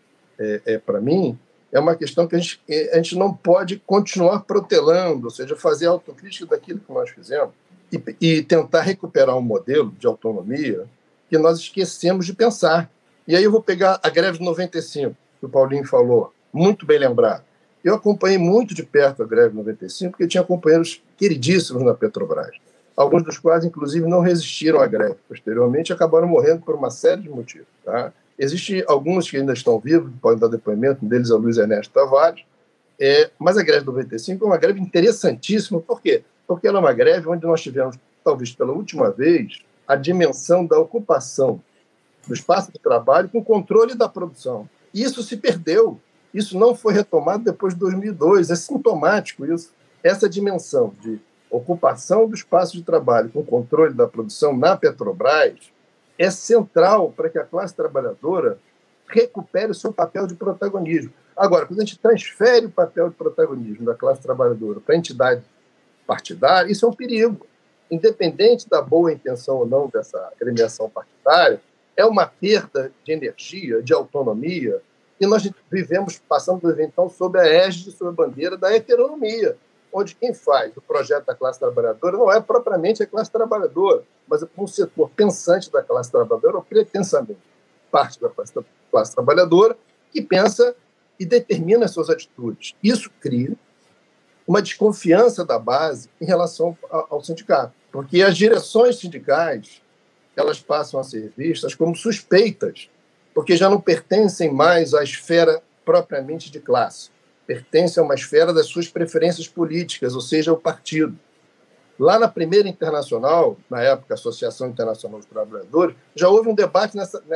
para mim, é uma questão que a gente não pode continuar protelando, ou seja, fazer autocrítica daquilo que nós fizemos e tentar recuperar um modelo de autonomia que nós esquecemos de pensar. E aí eu vou pegar a greve de 95, que o Paulinho falou, muito bem lembrado. Eu acompanhei muito de perto a greve de 95, porque tinha companheiros queridíssimos na Petrobras, alguns dos quais, inclusive, não resistiram à greve. Posteriormente, acabaram morrendo por uma série de motivos. Tá? Existem alguns que ainda estão vivos, podem dar depoimento, um deles é o Luiz Ernesto Tavares, mas a greve de 95 é uma greve interessantíssima. Por quê? Porque ela é uma greve onde nós tivemos, talvez pela última vez, a dimensão da ocupação do espaço de trabalho com controle da produção. Isso se perdeu. Isso não foi retomado depois de 2002. É sintomático isso. Essa dimensão de ocupação do espaço de trabalho com controle da produção na Petrobras é central para que a classe trabalhadora recupere o seu papel de protagonismo. Agora, quando a gente transfere o papel de protagonismo da classe trabalhadora para a entidade partidária, isso é um perigo. Independente da boa intenção ou não dessa agremiação partidária, é uma perda de energia, de autonomia, e nós passamos a viver, então, sob a égide, sob a bandeira da heteronomia, onde quem faz o projeto da classe trabalhadora não é propriamente a classe trabalhadora, mas é um setor pensante da classe trabalhadora, ou pretensamente parte da classe trabalhadora, que pensa e determina as suas atitudes. Isso cria uma desconfiança da base em relação ao sindicato, porque as direções sindicais elas passam a ser vistas como suspeitas, porque já não pertencem mais à esfera propriamente de classe, pertencem a uma esfera das suas preferências políticas, ou seja, o partido. Lá na primeira internacional, na época, Associação Internacional dos Trabalhadores, já houve um debate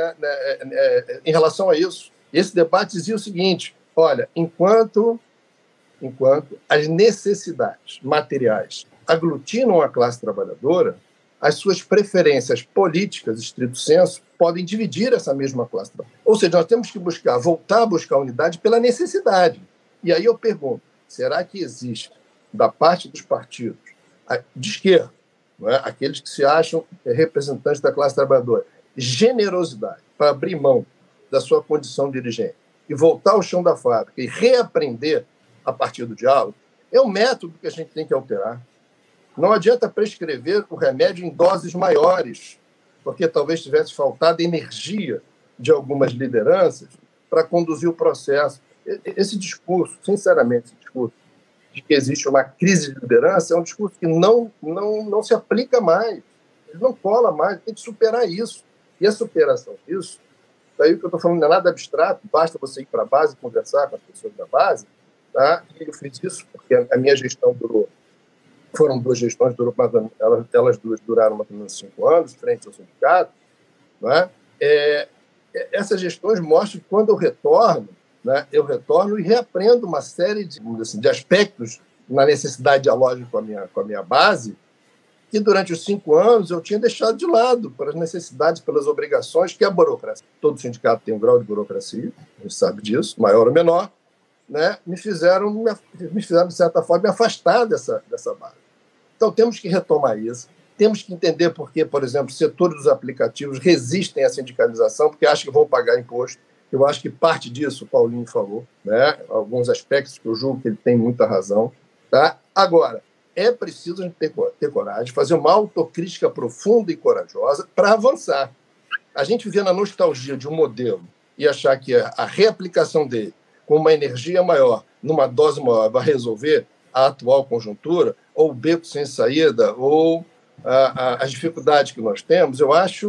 em relação a isso. Esse debate dizia o seguinte: olha, enquanto as necessidades materiais aglutinam a classe trabalhadora, as suas preferências políticas, estrito senso, podem dividir essa mesma classe trabalhadora. Ou seja, nós temos que voltar a buscar a unidade pela necessidade. E aí eu pergunto, será que existe, da parte dos partidos de esquerda, não é? Aqueles que se acham representantes da classe trabalhadora, generosidade para abrir mão da sua condição dirigente e voltar ao chão da fábrica e reaprender a partir do diálogo? É um método que a gente tem que alterar. Não adianta prescrever o remédio em doses maiores, porque talvez tivesse faltado energia de algumas lideranças para conduzir o processo. Esse discurso, sinceramente, esse discurso de que existe uma crise de liderança é um discurso que não se aplica mais, ele não cola mais, tem que superar isso. E a superação disso, daí o que eu estou falando não é nada abstrato, basta você ir para a base e conversar com as pessoas da base. Tá? Eu fiz isso porque a minha gestão durou. Foram 2 gestões, elas duas duraram mais ou menos 5 anos, frente ao sindicato. Não é? Essas gestões mostram que, quando eu retorno, né, eu retorno e reaprendo uma série de aspectos na necessidade dialógica com a minha base, que durante os 5 anos eu tinha deixado de lado pelas necessidades, pelas obrigações que a burocracia. Todo sindicato tem um grau de burocracia, a gente sabe disso, maior ou menor, né, me fizeram, de certa forma, me afastar dessa base. Então, temos que retomar isso. Temos que entender por que, por exemplo, setores dos aplicativos resistem à sindicalização, porque acham que vão pagar imposto. Eu acho que parte disso o Paulinho falou, né? Alguns aspectos que eu julgo que ele tem muita razão. Tá? Agora, é preciso a gente ter coragem, fazer uma autocrítica profunda e corajosa para avançar. A gente viver na nostalgia de um modelo e achar que a reaplicação dele, com uma energia maior, numa dose maior, vai resolver a atual conjuntura, ou o beco sem saída, ou as dificuldades que nós temos, eu acho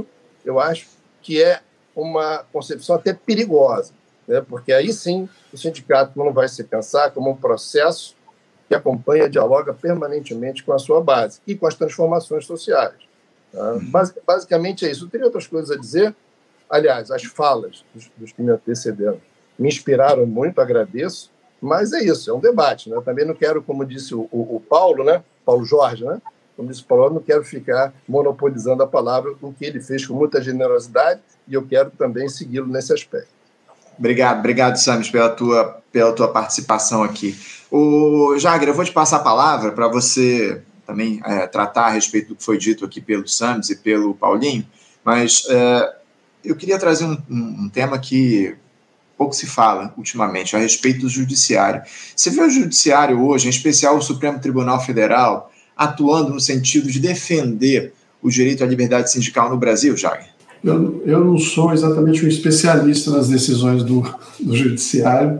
que é uma concepção até perigosa, né? Porque aí sim o sindicato não vai se pensar como um processo que acompanha, dialoga permanentemente com a sua base e com as transformações sociais. Tá? Basicamente é isso. Eu teria outras coisas a dizer. Aliás, as falas dos que me antecederam me inspiraram muito, agradeço, mas é isso, é um debate. Né? Eu também não quero, como disse o Paulo, né? Paulo Jorge, né? Como disse o Paulo, eu não quero ficar monopolizando a palavra, o que ele fez com muita generosidade, e eu quero também segui-lo nesse aspecto. Obrigado, Sames, pela tua participação aqui. Jagger, eu vou te passar a palavra para você também tratar a respeito do que foi dito aqui pelo Sames e pelo Paulinho, mas eu queria trazer um tema que pouco se fala ultimamente, a respeito do judiciário. Você vê o judiciário hoje, em especial o Supremo Tribunal Federal, atuando no sentido de defender o direito à liberdade sindical no Brasil, Jagger? Eu não sou exatamente um especialista nas decisões do judiciário.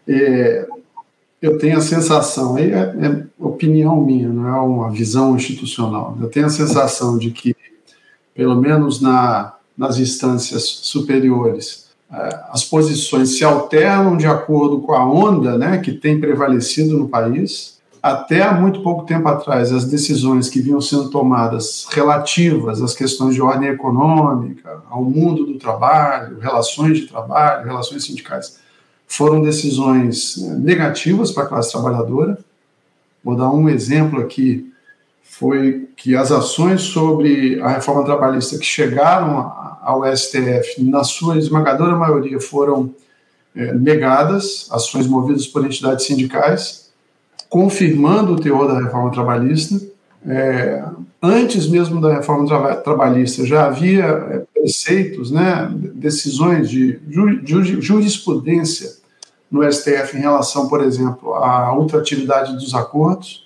Eu tenho a sensação, é opinião minha, não é uma visão institucional, eu tenho a sensação de que, pelo menos nas instâncias superiores, as posições se alternam de acordo com a onda, né, que tem prevalecido no país. Até há muito pouco tempo atrás, as decisões que vinham sendo tomadas relativas às questões de ordem econômica, ao mundo do trabalho, relações de trabalho, relações sindicais, foram decisões negativas para a classe trabalhadora. Vou dar um exemplo aqui, foi que as ações sobre a reforma trabalhista que chegaram ao STF, na sua esmagadora maioria, foram negadas, ações movidas por entidades sindicais, confirmando o teor da reforma trabalhista. Antes mesmo da reforma trabalhista, já havia preceitos, né, decisões de jurisprudência no STF em relação, por exemplo, à ultratividade dos acordos,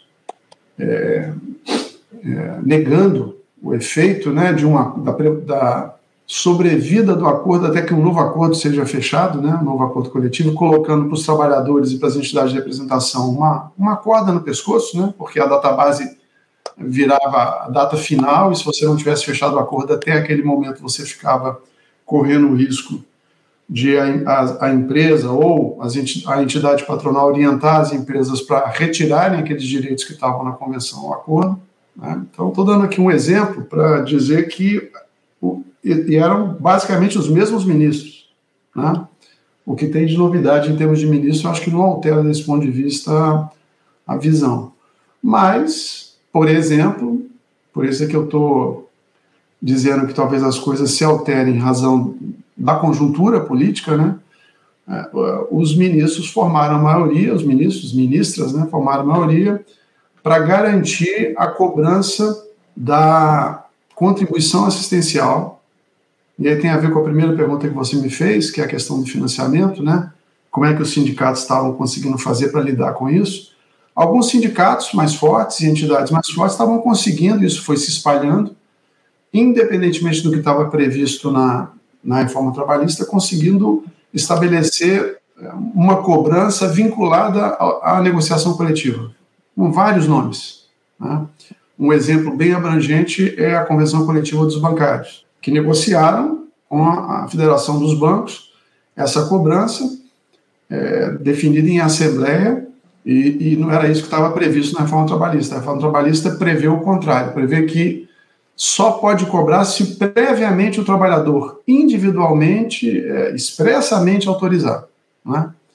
negando o efeito, né, da sobrevida do acordo até que um novo acordo seja fechado, né, um novo acordo coletivo, colocando para os trabalhadores e para as entidades de representação uma corda no pescoço, né, porque a database virava a data final e se você não tivesse fechado o acordo até aquele momento você ficava correndo o risco de a empresa ou a entidade patronal orientar as empresas para retirarem aqueles direitos que estavam na convenção ou acordo. Né? Então, estou dando aqui um exemplo para dizer que e eram basicamente os mesmos ministros. Né? O que tem de novidade em termos de ministro, eu acho que não altera, desse ponto de vista, a visão. Mas, por exemplo, por isso é que eu estou dizendo que talvez as coisas se alterem em razão da conjuntura política, né? Os ministros formaram a maioria, os ministros, ministras, né, formaram a maioria para garantir a cobrança da contribuição assistencial. E aí tem a ver com a primeira pergunta que você me fez, que é a questão do financiamento, né? Como é que os sindicatos estavam conseguindo fazer para lidar com isso? Alguns sindicatos mais fortes e entidades mais fortes estavam conseguindo, isso foi se espalhando, independentemente do que estava previsto na reforma trabalhista, conseguindo estabelecer uma cobrança vinculada à negociação coletiva, com vários nomes. Né? Um exemplo bem abrangente é a Convenção Coletiva dos Bancários, que negociaram com a Federação dos Bancos essa cobrança definida em assembleia, e não era isso que estava previsto na reforma trabalhista. A reforma trabalhista prevê o contrário, prevê que só pode cobrar se previamente o trabalhador individualmente, expressamente autorizar. Né?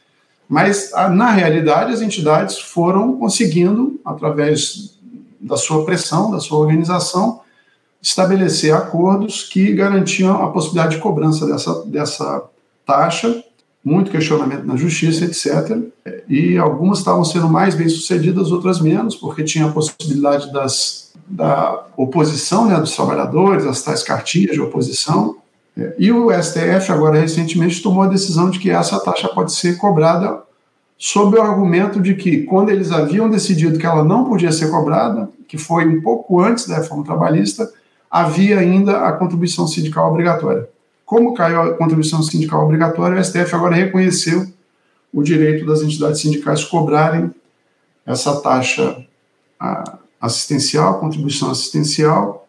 Mas, na realidade, as entidades foram conseguindo, através da sua pressão, da sua organização, estabelecer acordos que garantiam a possibilidade de cobrança dessa taxa, muito questionamento na justiça, etc. E algumas estavam sendo mais bem-sucedidas, outras menos, porque tinha a possibilidade da oposição, né, dos trabalhadores, as tais cartilhas de oposição. E o STF, agora recentemente, tomou a decisão de que essa taxa pode ser cobrada sob o argumento de que, quando eles haviam decidido que ela não podia ser cobrada, que foi um pouco antes da reforma trabalhista, havia ainda a contribuição sindical obrigatória. Como caiu a contribuição sindical obrigatória, o STF agora reconheceu o direito das entidades sindicais cobrarem essa taxa assistencial, contribuição assistencial,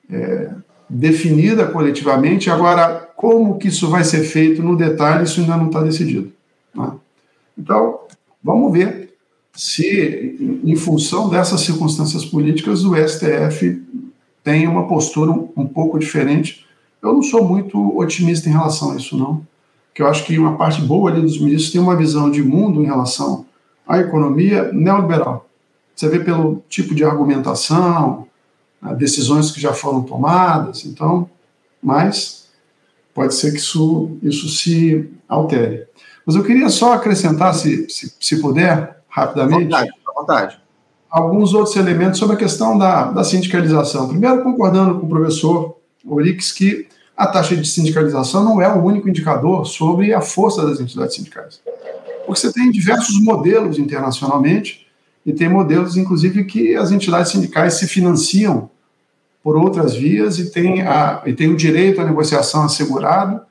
definida coletivamente. Agora, como que isso vai ser feito no detalhe, isso ainda não está decidido, né? Então, vamos ver se, em função dessas circunstâncias políticas, o STF tem uma postura um pouco diferente. Eu não sou muito otimista em relação a isso, não, porque eu acho que uma parte boa ali dos ministros tem uma visão de mundo em relação à economia neoliberal. Você vê pelo tipo de argumentação, decisões que já foram tomadas, então, mas pode ser que isso se altere. Mas eu queria só acrescentar, se puder, rapidamente, à vontade, alguns outros elementos sobre a questão da sindicalização. Primeiro, concordando com o professor Orix, que a taxa de sindicalização não é o único indicador sobre a força das entidades sindicais. Porque você tem diversos modelos internacionalmente, e tem modelos, inclusive, que as entidades sindicais se financiam por outras vias e tem o direito à negociação assegurado,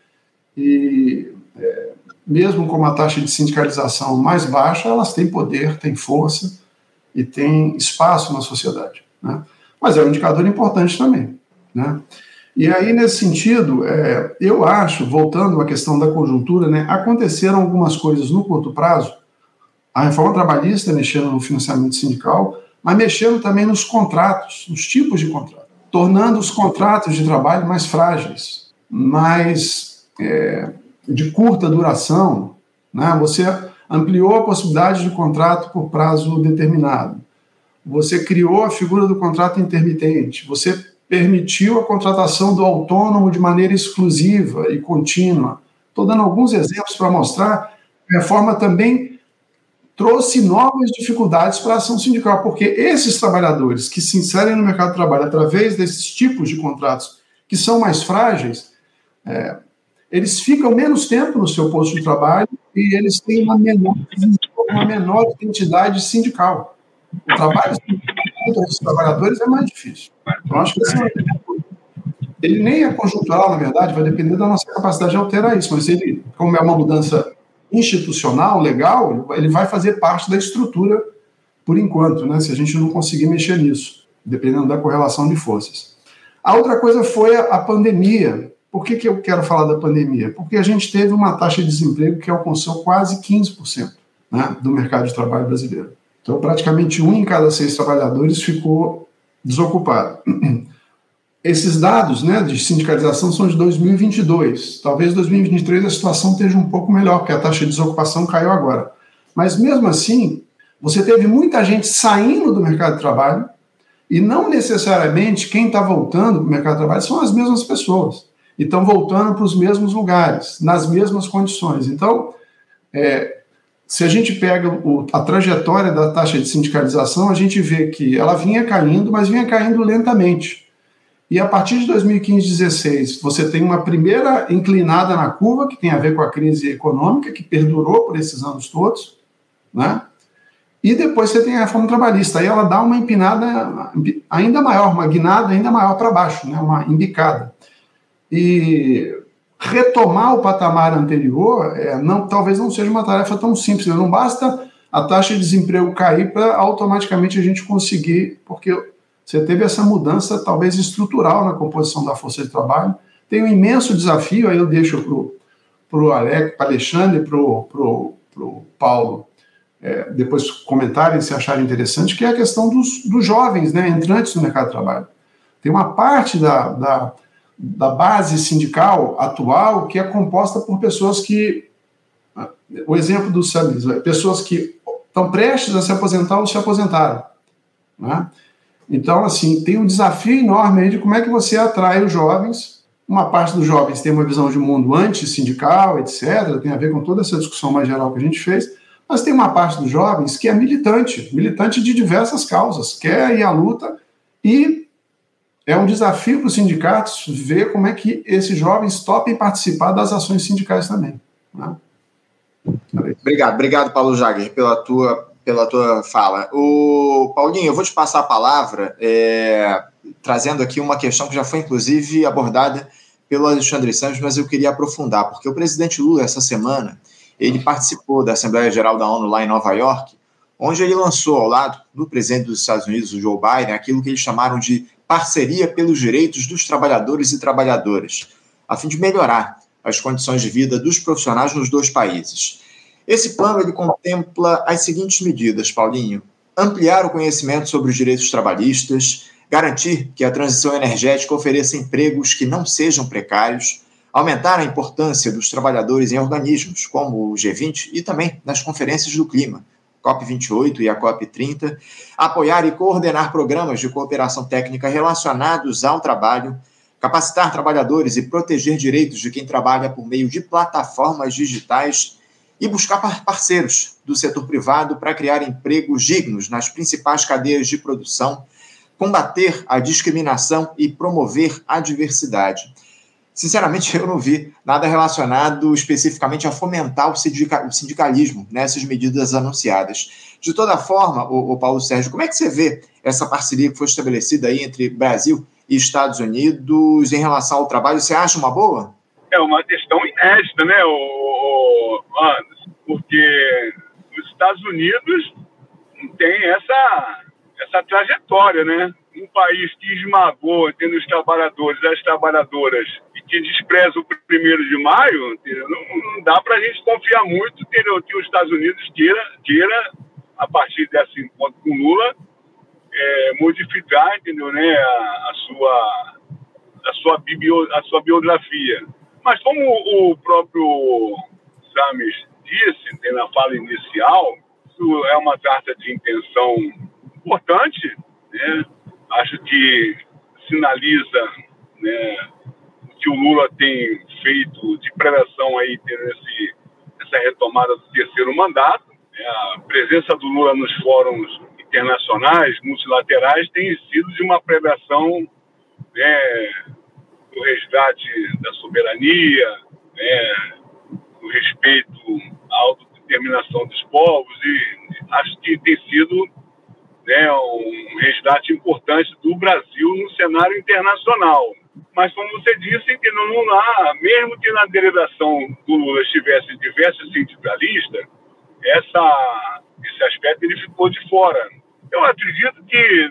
e mesmo com uma taxa de sindicalização mais baixa, elas têm poder, têm força e têm espaço na sociedade, né? Mas é um indicador importante também, né? E aí, nesse sentido, eu acho, voltando à questão da conjuntura, né, aconteceram algumas coisas no curto prazo, a reforma trabalhista mexendo no financiamento sindical, mas mexendo também nos contratos, nos tipos de contrato, tornando os contratos de trabalho mais frágeis, mais de curta duração, né? Você ampliou a possibilidade de contrato por prazo determinado, você criou a figura do contrato intermitente, você permitiu a contratação do autônomo de maneira exclusiva e contínua. Estou dando alguns exemplos para mostrar que a reforma também trouxe novas dificuldades para a ação sindical, porque esses trabalhadores que se inserem no mercado de trabalho através desses tipos de contratos que são mais frágeis, eles ficam menos tempo no seu posto de trabalho e eles têm uma menor identidade sindical. O trabalho dos trabalhadores é mais difícil. Então, acho que ele nem é conjuntural, na verdade, vai depender da nossa capacidade de alterar isso, mas ele, como é uma mudança institucional, legal, ele vai fazer parte da estrutura por enquanto, né, se a gente não conseguir mexer nisso, dependendo da correlação de forças. A outra coisa foi a pandemia. Por que eu quero falar da pandemia? Porque a gente teve uma taxa de desemprego que alcançou quase 15%, né, do mercado de trabalho brasileiro. Então, praticamente 1 em cada 6 trabalhadores ficou desocupado. Esses dados, né, de sindicalização são de 2022. Talvez em 2023 a situação esteja um pouco melhor, porque a taxa de desocupação caiu agora. Mas, mesmo assim, você teve muita gente saindo do mercado de trabalho e não necessariamente quem está voltando para o mercado de trabalho são as mesmas pessoas. E estão voltando para os mesmos lugares, nas mesmas condições. Então, se a gente pega a trajetória da taxa de sindicalização, a gente vê que ela vinha caindo, mas vinha caindo lentamente. E a partir de 2015, 2016, você tem uma primeira inclinada na curva, que tem a ver com a crise econômica, que perdurou por esses anos todos, né? E depois você tem a reforma trabalhista. Aí ela dá uma empinada ainda maior, uma guinada ainda maior para baixo, né? Uma embicada. E retomar o patamar anterior talvez não seja uma tarefa tão simples. Não basta a taxa de desemprego cair para automaticamente a gente conseguir, porque você teve essa mudança talvez estrutural na composição da força de trabalho. Tem um imenso desafio, aí eu deixo para o Alexandre, para o Paulo, depois comentarem se acharem interessante, que é a questão dos jovens, né, entrantes no mercado de trabalho. Tem uma parte da base sindical atual que é composta por pessoas que o exemplo dos SAMIs, pessoas que estão prestes a se aposentar ou se aposentaram, né? Então, assim, tem um desafio enorme aí de como é que você atrai os jovens. Uma parte dos jovens tem uma visão de mundo antissindical, etc., tem a ver com toda essa discussão mais geral que a gente fez, mas tem uma parte dos jovens que é militante de diversas causas, quer ir à luta, e é um desafio para os sindicatos ver como é que esses jovens topem participar das ações sindicais também, né? Obrigado, Paulo Jagger, pela tua fala. Paulinho, eu vou te passar a palavra, trazendo aqui uma questão que já foi, inclusive, abordada pelo Alexandre Santos, mas eu queria aprofundar, porque o presidente Lula, essa semana, ele participou da Assembleia Geral da ONU lá em Nova York, onde ele lançou, ao lado do presidente dos Estados Unidos, o Joe Biden, aquilo que eles chamaram de parceria pelos direitos dos trabalhadores e trabalhadoras, a fim de melhorar as condições de vida dos profissionais nos dois países. Esse plano ele contempla as seguintes medidas, Paulinho: ampliar o conhecimento sobre os direitos trabalhistas, garantir que a transição energética ofereça empregos que não sejam precários, aumentar a importância dos trabalhadores em organismos como o G20 e também nas conferências do clima, COP28 e a COP30, apoiar e coordenar programas de cooperação técnica relacionados ao trabalho, capacitar trabalhadores e proteger direitos de quem trabalha por meio de plataformas digitais e buscar parceiros do setor privado para criar empregos dignos nas principais cadeias de produção, combater a discriminação e promover a diversidade. Sinceramente, eu não vi nada relacionado especificamente a fomentar o sindicalismo nessas medidas anunciadas. De toda forma, o Paulo Sérgio, como é que você vê essa parceria que foi estabelecida aí entre Brasil e Estados Unidos em relação ao trabalho? Você acha uma boa? É uma questão inédita, né, Anderson? Porque os Estados Unidos tem essa trajetória, né? Um país que esmagou, tendo os trabalhadores e as trabalhadoras, e que despreza o 1º de maio, entendeu? Não dá para a gente confiar muito, entendeu? Que os Estados Unidos queira a partir desse encontro com Lula, modificar, entendeu, né, a sua biografia. Mas como o próprio Samis disse na fala inicial, isso é uma carta de intenção importante, né? Acho que sinaliza, né, o que o Lula tem feito de prevenção aí, essa retomada do 3º mandato. A presença do Lula nos fóruns internacionais, multilaterais, tem sido de uma prevenção, né, do resgate da soberania, né, do respeito à autodeterminação dos povos, e acho que tem sido, né, um resgate importante do Brasil no cenário internacional. Mas, como você disse, que não há, mesmo que na delegação do Lula estivesse diversos sindicalistas, esse aspecto ele ficou de fora. Eu acredito que,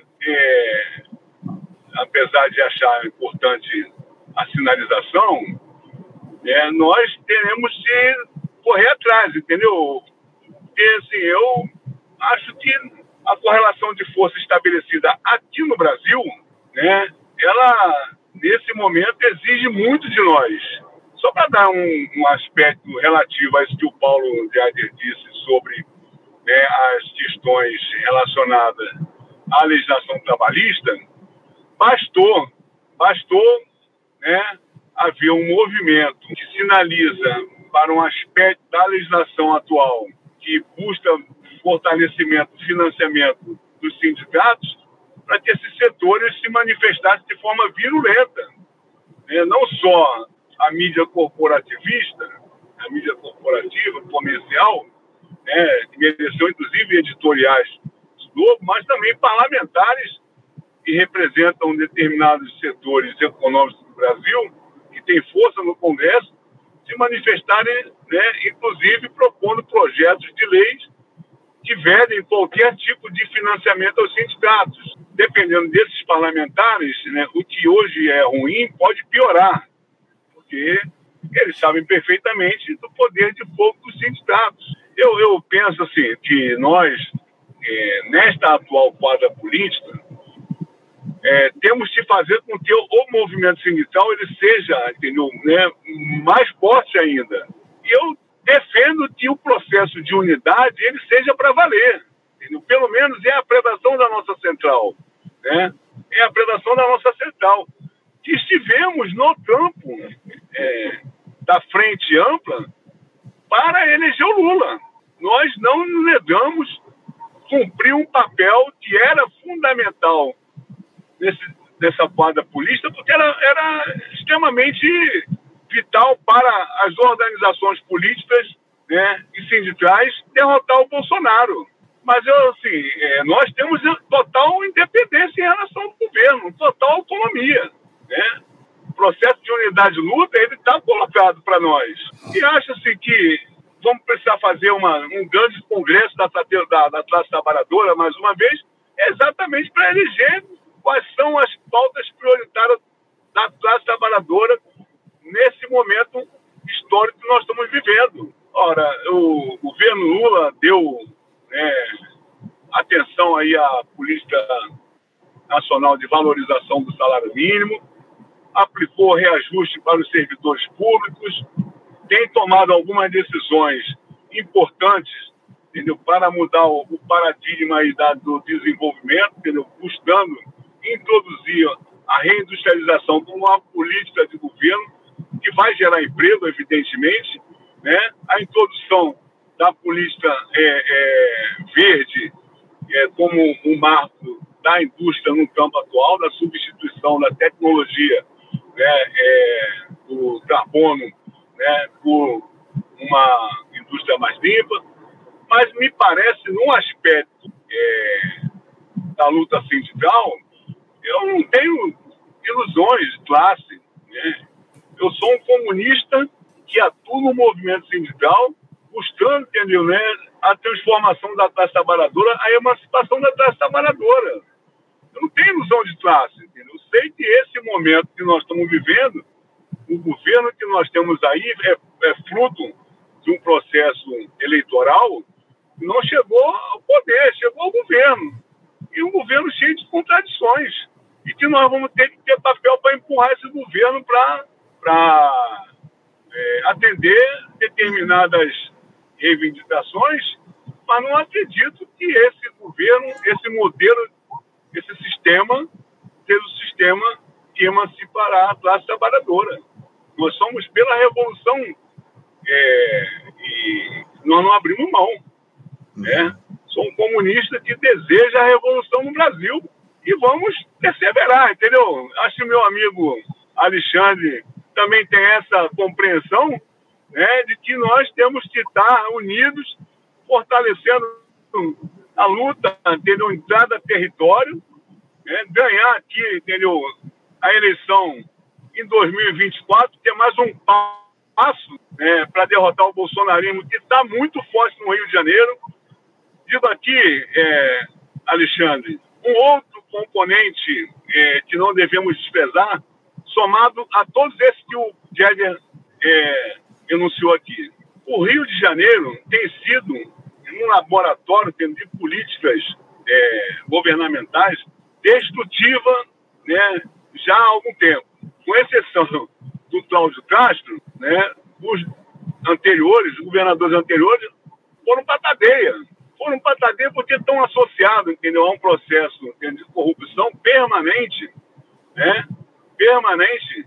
apesar de achar importante a sinalização, nós teremos que correr atrás, entendeu? Porque, assim, eu acho que a correlação de força estabelecida aqui no Brasil, né, ela, nesse momento, exige muito de nós. Só para dar um aspecto relativo a isso que o Paulo Jagger disse sobre, né, as questões relacionadas à legislação trabalhista, bastou, né, haver um movimento que sinaliza para um aspecto da legislação atual que busca fortalecimento, financiamento dos sindicatos, para que esses setores se manifestassem de forma virulenta. Não só a mídia corporativista, a mídia corporativa, comercial, que mereceu inclusive editoriais do Globo, mas também parlamentares que representam determinados setores econômicos do Brasil, que têm força no Congresso, se manifestarem, né, inclusive propondo projetos de leis que vedem qualquer tipo de financiamento aos sindicatos. Dependendo desses parlamentares, né, o que hoje é ruim pode piorar, porque eles sabem perfeitamente do poder de fogo dos sindicatos. Eu penso assim, que nós, nesta atual quadra política, temos que fazer com que o movimento sindical ele seja, entendeu, né, mais forte ainda. E eu defendo que o processo de unidade ele seja para valer. Entendeu? Pelo menos é a predação da nossa central. Né? É a predação da nossa central. Que estivemos no campo da frente ampla para eleger o Lula. Nós não nos negamos cumprir um papel que era fundamental nessa quadra política, porque era extremamente vital para as organizações políticas, né, e sindicais derrotar o Bolsonaro. Mas, nós temos total independência em relação ao governo, total autonomia. Né? O processo de unidade de luta ele está colocado para nós. E acha-se que vamos precisar fazer um grande congresso da classe trabalhadora, mais uma vez, exatamente para eleger quais são as pautas prioritárias da classe trabalhadora nesse momento histórico que nós estamos vivendo. Ora, o governo Lula deu atenção aí à política nacional de valorização do salário mínimo, aplicou reajuste para os servidores públicos, tem tomado algumas decisões importantes, entendeu, para mudar o paradigma aí do desenvolvimento, entendeu, buscando introduzir a reindustrialização como uma política de governo que vai gerar emprego, evidentemente, né? A introdução da política verde como um marco da indústria no campo atual, da substituição da tecnologia, do carbono, né, por uma indústria mais limpa, mas me parece, num aspecto da luta sindical, eu não tenho ilusões de classe, né? Eu sou um comunista que atua no movimento sindical, buscando, entendeu, né, a transformação da classe trabalhadora, a emancipação da classe trabalhadora. Eu não tenho ilusão de classe, entendeu? Eu sei que esse momento que nós estamos vivendo, o governo que nós temos aí é fruto de um processo eleitoral que não chegou ao poder, chegou ao governo. E um governo cheio de contradições. E que nós vamos ter que ter papel para empurrar esse governo para atender determinadas reivindicações, mas não acredito que esse governo, esse modelo, esse sistema, seja o sistema que emancipará a classe trabalhadora. Nós somos pela revolução e nós não abrimos mão. Né? Sou um comunista que deseja a revolução no Brasil e vamos perseverar, entendeu? Acho que meu amigo Alexandre também tem essa compreensão, né, de que nós temos que estar unidos, fortalecendo a luta, entendeu? Entrada a território, né, ganhar aqui, entendeu? A eleição em 2024, ter mais um passo, né, para derrotar o bolsonarismo, que está muito forte no Rio de Janeiro. Digo aqui, Alexandre, um outro componente que não devemos desprezar, somado a todos esses que o Jäger enunciou aqui. O Rio de Janeiro tem sido um laboratório de políticas governamentais destrutiva, né, já há algum tempo. Com exceção do Cláudio Castro, né, os anteriores, os governadores anteriores, foram para a cadeia. Foram para a cadeia porque estão associados, entendeu, a um processo, entendeu, de corrupção permanente, né, permanente,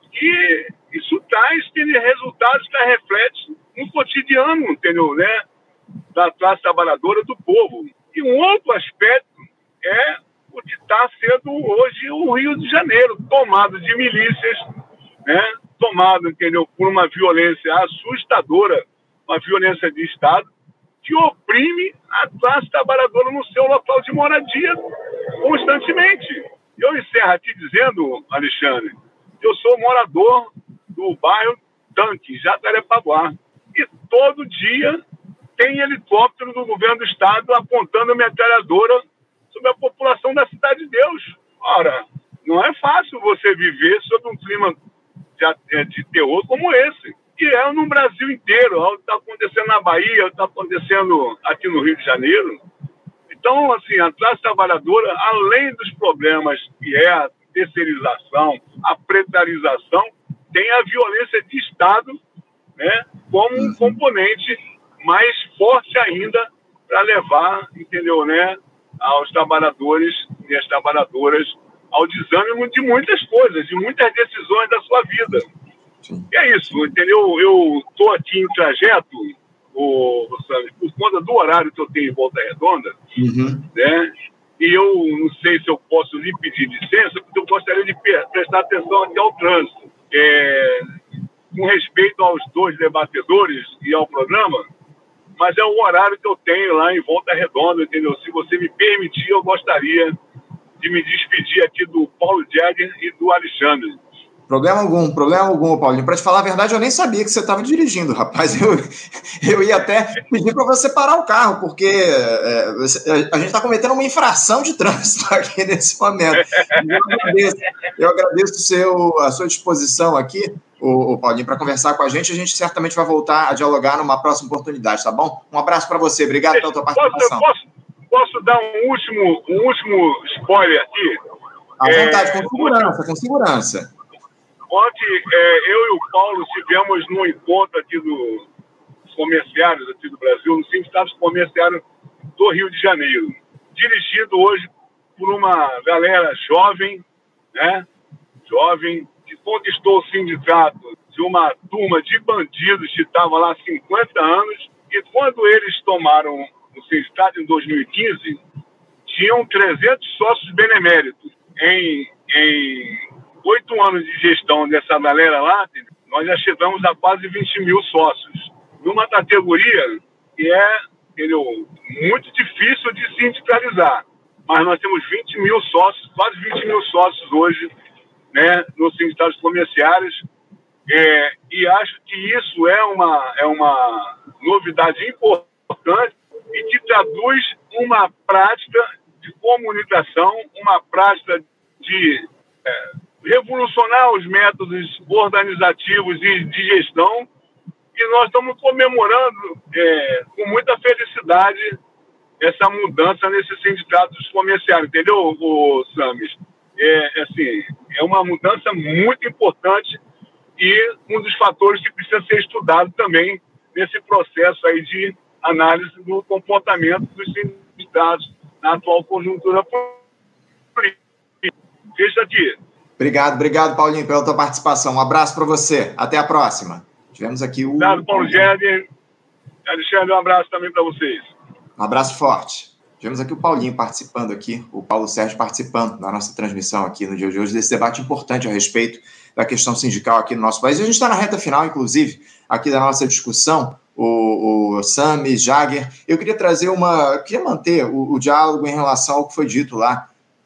e isso traz resultados que refletem no cotidiano, entendeu, né, da classe trabalhadora, do povo. E um outro aspecto é o que está sendo hoje o Rio de Janeiro, tomado de milícias, né, tomado, entendeu, por uma violência assustadora, uma violência de Estado, que oprime a classe trabalhadora no seu local de moradia constantemente. Eu encerro aqui dizendo, Alexandre, que eu sou morador do bairro Tanque, Jacarepaguá, e todo dia tem helicóptero do governo do Estado apontando a metralhadora sobre a população da Cidade de Deus. Ora, não é fácil você viver sob um clima de terror como esse. E é no Brasil inteiro. O que está acontecendo na Bahia, o que está acontecendo aqui no Rio de Janeiro. Então, assim, a classe trabalhadora, além dos problemas que é a terceirização, a precarização, tem a violência de Estado, né, como um componente mais forte ainda para levar, entendeu, né, aos trabalhadores e às trabalhadoras ao desânimo de muitas coisas, de muitas decisões da sua vida. Sim. E é isso, entendeu? Eu estou aqui em trajeto, Sami, por conta do horário que eu tenho em Volta Redonda, né? E eu não sei se eu posso lhe pedir licença, porque eu gostaria de prestar atenção aqui ao trânsito. Com respeito aos dois debatedores e ao programa, mas é o horário que eu tenho lá em Volta Redonda, entendeu? Se você me permitir, eu gostaria de me despedir aqui do Paulo Jäger e do Alexandre. Problema algum, Paulinho. Para te falar a verdade, eu nem sabia que você estava dirigindo, rapaz. Eu ia até pedir para você parar o carro, porque a gente está cometendo uma infração de trânsito aqui nesse momento. Eu agradeço a sua disposição aqui, o Paulinho, para conversar com a gente. A gente certamente vai voltar a dialogar numa próxima oportunidade, tá bom? Um abraço para você. Obrigado pela tua participação. Posso dar um último spoiler aqui? À vontade, com segurança. Ontem, eu e o Paulo estivemos num encontro aqui dos comerciários aqui do Brasil, no Sindicato Comerciário do Rio de Janeiro, dirigido hoje por uma galera jovem, né? Jovem, que conquistou o sindicato de uma turma de bandidos que estavam lá há 50 anos, e quando eles tomaram o sindicato em 2015, tinham 300 sócios beneméritos. Em 8 anos de gestão dessa galera lá, nós já chegamos a quase 20 mil sócios. Numa categoria que é, entendeu, muito difícil de sindicalizar. Mas nós temos 20 mil sócios, quase 20 mil sócios hoje, né, nos sindicatos comerciários. E acho que isso é uma novidade importante e que traduz uma prática de comunicação, uma prática de revolucionar os métodos organizativos e de gestão, e nós estamos comemorando com muita felicidade essa mudança nesses sindicatos comerciais, entendeu, Samis? É uma mudança muito importante e um dos fatores que precisa ser estudado também nesse processo aí de análise do comportamento dos sindicatos na atual conjuntura política. Deixa aqui. Obrigado, Paulinho, pela tua participação. Um abraço para você. Até a próxima. Tivemos aqui o... Obrigado, Paulo Jäger. Alexandre, um abraço também para vocês. Um abraço forte. Tivemos aqui o Paulinho participando aqui, o Paulo Sérgio participando da nossa transmissão aqui no dia de hoje, desse debate importante a respeito da questão sindical aqui no nosso país. E a gente está na reta final, inclusive, aqui da nossa discussão, o Sami, Jäger. Eu queria queria manter o diálogo em relação ao que foi dito lá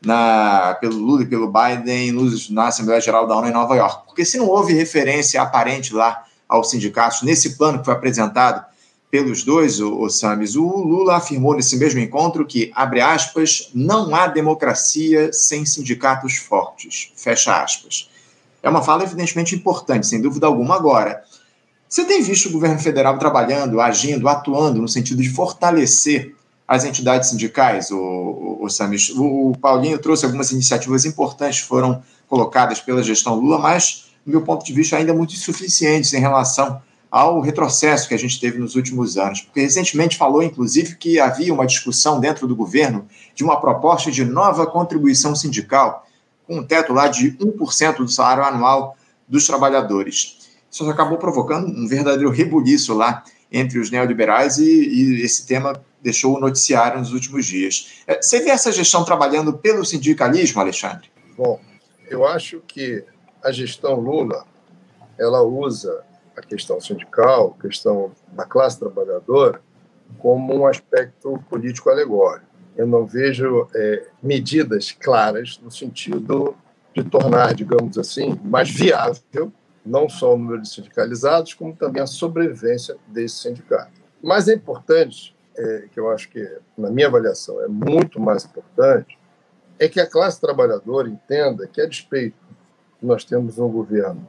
pelo Lula e pelo Biden na Assembleia Geral da ONU em Nova York. Porque se não houve referência aparente lá aos sindicatos, nesse plano que foi apresentado pelos dois, o Samis, o Lula afirmou nesse mesmo encontro que, abre aspas, não há democracia sem sindicatos fortes, fecha aspas. É uma fala evidentemente importante, sem dúvida alguma. Agora, você tem visto o governo federal trabalhando, agindo, atuando no sentido de fortalecer as entidades sindicais, o Samis? O Paulinho trouxe algumas iniciativas importantes que foram colocadas pela gestão Lula, mas, do meu ponto de vista, ainda muito insuficientes em relação ao retrocesso que a gente teve nos últimos anos. Porque recentemente falou, inclusive, que havia uma discussão dentro do governo de uma proposta de nova contribuição sindical, com um teto lá de 1% do salário anual dos trabalhadores. Isso acabou provocando um verdadeiro rebuliço lá entre os neoliberais e esse tema deixou o noticiário nos últimos dias. Você vê essa gestão trabalhando pelo sindicalismo, Alexandre? Bom, eu acho que a gestão Lula, ela usa a questão sindical, a questão da classe trabalhadora, como um aspecto político alegórico. Eu não vejo medidas claras no sentido de tornar, digamos assim, mais viável não só o número de sindicalizados, como também a sobrevivência desse sindicato. Mas é importante, que eu acho que, na minha avaliação, é muito mais importante, é que a classe trabalhadora entenda que, a despeito que nós temos um governo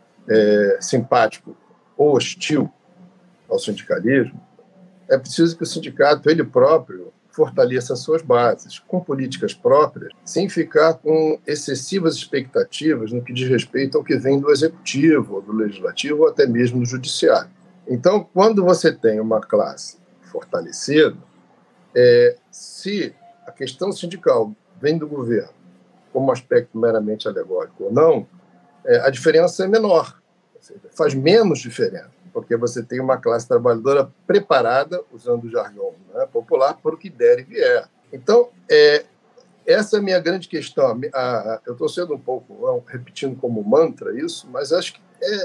simpático ou hostil ao sindicalismo, é preciso que o sindicato, ele próprio, fortaleça suas bases com políticas próprias, sem ficar com excessivas expectativas no que diz respeito ao que vem do executivo, do legislativo ou até mesmo do judiciário. Então, quando você tem uma classe fortalecida, se a questão sindical vem do governo como um aspecto meramente alegórico ou não, a diferença é menor, ou seja, faz menos diferença, porque você tem uma classe trabalhadora preparada, usando o jargão, né, popular, para o que der e vier. Então, essa é a minha grande questão. Eu estou sendo um pouco, repetindo como mantra isso, mas acho que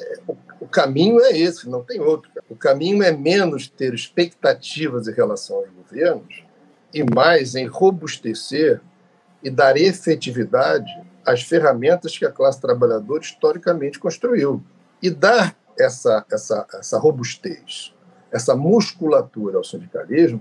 o caminho é esse, não tem outro. O caminho é menos ter expectativas em relação aos governos e mais em robustecer e dar efetividade às ferramentas que a classe trabalhadora historicamente construiu. E dar essa robustez, essa musculatura ao sindicalismo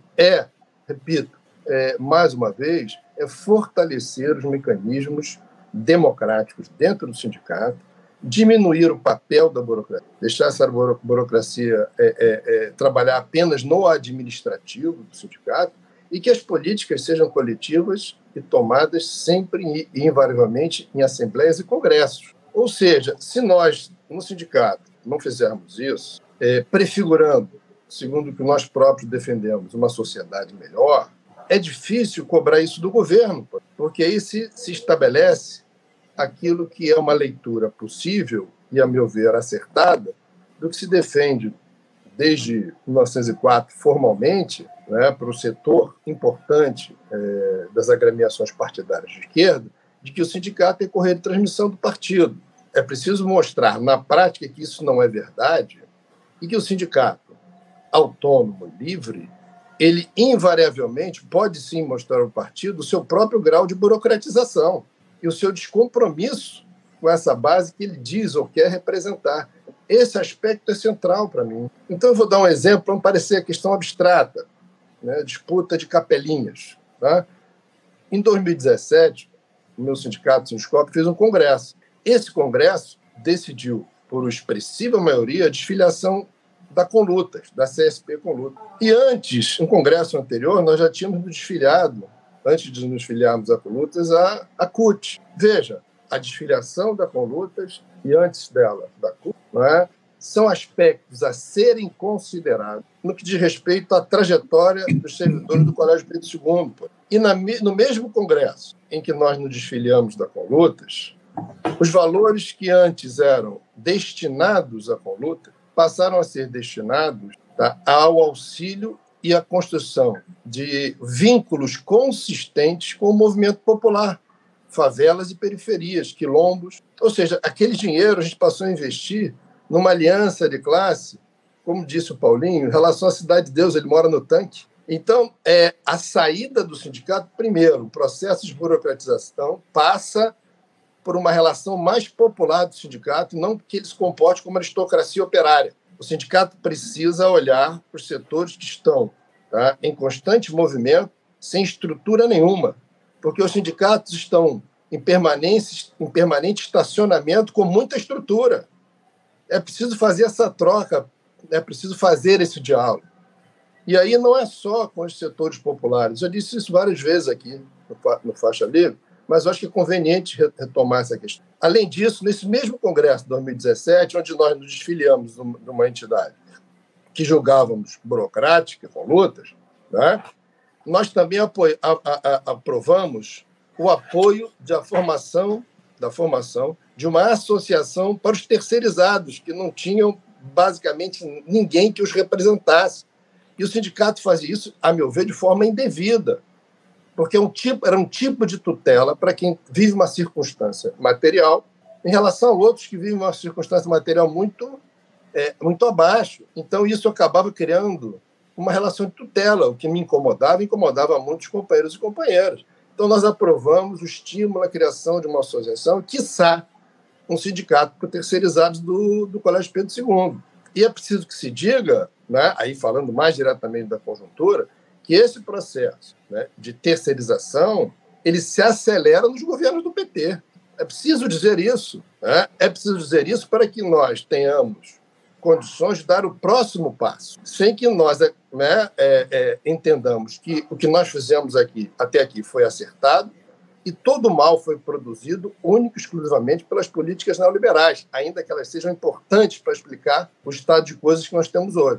repito, mais uma vez, fortalecer os mecanismos democráticos dentro do sindicato, diminuir o papel da burocracia, deixar essa burocracia trabalhar apenas no administrativo do sindicato e que as políticas sejam coletivas e tomadas sempre e invariavelmente em assembleias e congressos. Ou seja, se nós, no sindicato, não fizermos isso, prefigurando, segundo o que nós próprios defendemos, uma sociedade melhor, é difícil cobrar isso do governo, porque aí se estabelece aquilo que é uma leitura possível e, a meu ver, acertada, do que se defende desde 1904 formalmente, né, para o setor importante das agremiações partidárias de esquerda, de que o sindicato é correia de transmissão do partido. É preciso mostrar na prática que isso não é verdade e que o sindicato autônomo, livre, ele invariavelmente pode sim mostrar ao partido o seu próprio grau de burocratização e o seu descompromisso com essa base que ele diz ou quer representar. Esse aspecto é central para mim. Então, eu vou dar um exemplo para não parecer a questão abstrata, né? Disputa de capelinhas. Tá? Em 2017, o meu sindicato, o Sindicop, fez um congresso. Esse congresso decidiu, por expressiva maioria, a desfiliação da Conlutas, da CSP Conlutas. E antes, um congresso anterior, nós já tínhamos desfiliado, antes de nos filiarmos à Conlutas, a CUT. Veja, a desfiliação da Conlutas e antes dela, da CUT, não é? São aspectos a serem considerados no que diz respeito à trajetória dos servidores do Colégio Pedro II. E no mesmo congresso em que nós nos desfiliamos da Conlutas, os valores que antes eram destinados à Conlutas passaram a ser destinados, tá, ao auxílio e à construção de vínculos consistentes com o movimento popular, favelas e periferias, quilombos. Ou seja, aquele dinheiro a gente passou a investir numa aliança de classe, como disse o Paulinho, em relação à Cidade de Deus, ele mora no tanque. Então, a saída do sindicato, primeiro, o processo de burocratização passa por uma relação mais popular do sindicato, não que ele se comporte como uma aristocracia operária. O sindicato precisa olhar para os setores que estão, tá, em constante movimento, sem estrutura nenhuma, porque os sindicatos estão em permanente estacionamento com muita estrutura. É preciso fazer essa troca, é preciso fazer esse diálogo. E aí não é só com os setores populares. Eu disse isso várias vezes aqui no Faixa Livre, mas eu acho que é conveniente retomar essa questão. Além disso, nesse mesmo congresso de 2017, onde nós nos desfiliamos de uma entidade que julgávamos burocrática, com lutas, né, nós também aprovamos o apoio da formação de uma associação para os terceirizados, que não tinham, basicamente, ninguém que os representasse. E o sindicato fazia isso, a meu ver, de forma indevida, porque era um tipo de tutela para quem vive uma circunstância material em relação a outros que vivem uma circunstância material muito abaixo. Então, isso acabava criando uma relação de tutela, o que me incomodava muitos companheiros e companheiras. Então, nós aprovamos o estímulo à criação de uma associação, quiçá um sindicato para terceirizados do Colégio Pedro II. E é preciso que se diga, né, aí falando mais diretamente da conjuntura, que esse processo, né, de terceirização ele se acelera nos governos do PT. É preciso dizer isso. Né? É preciso dizer isso para que nós tenhamos condições de dar o próximo passo, sem que nós né, entendamos que o que nós fizemos até aqui foi acertado e todo o mal foi produzido único e exclusivamente pelas políticas neoliberais, ainda que elas sejam importantes para explicar o estado de coisas que nós temos hoje.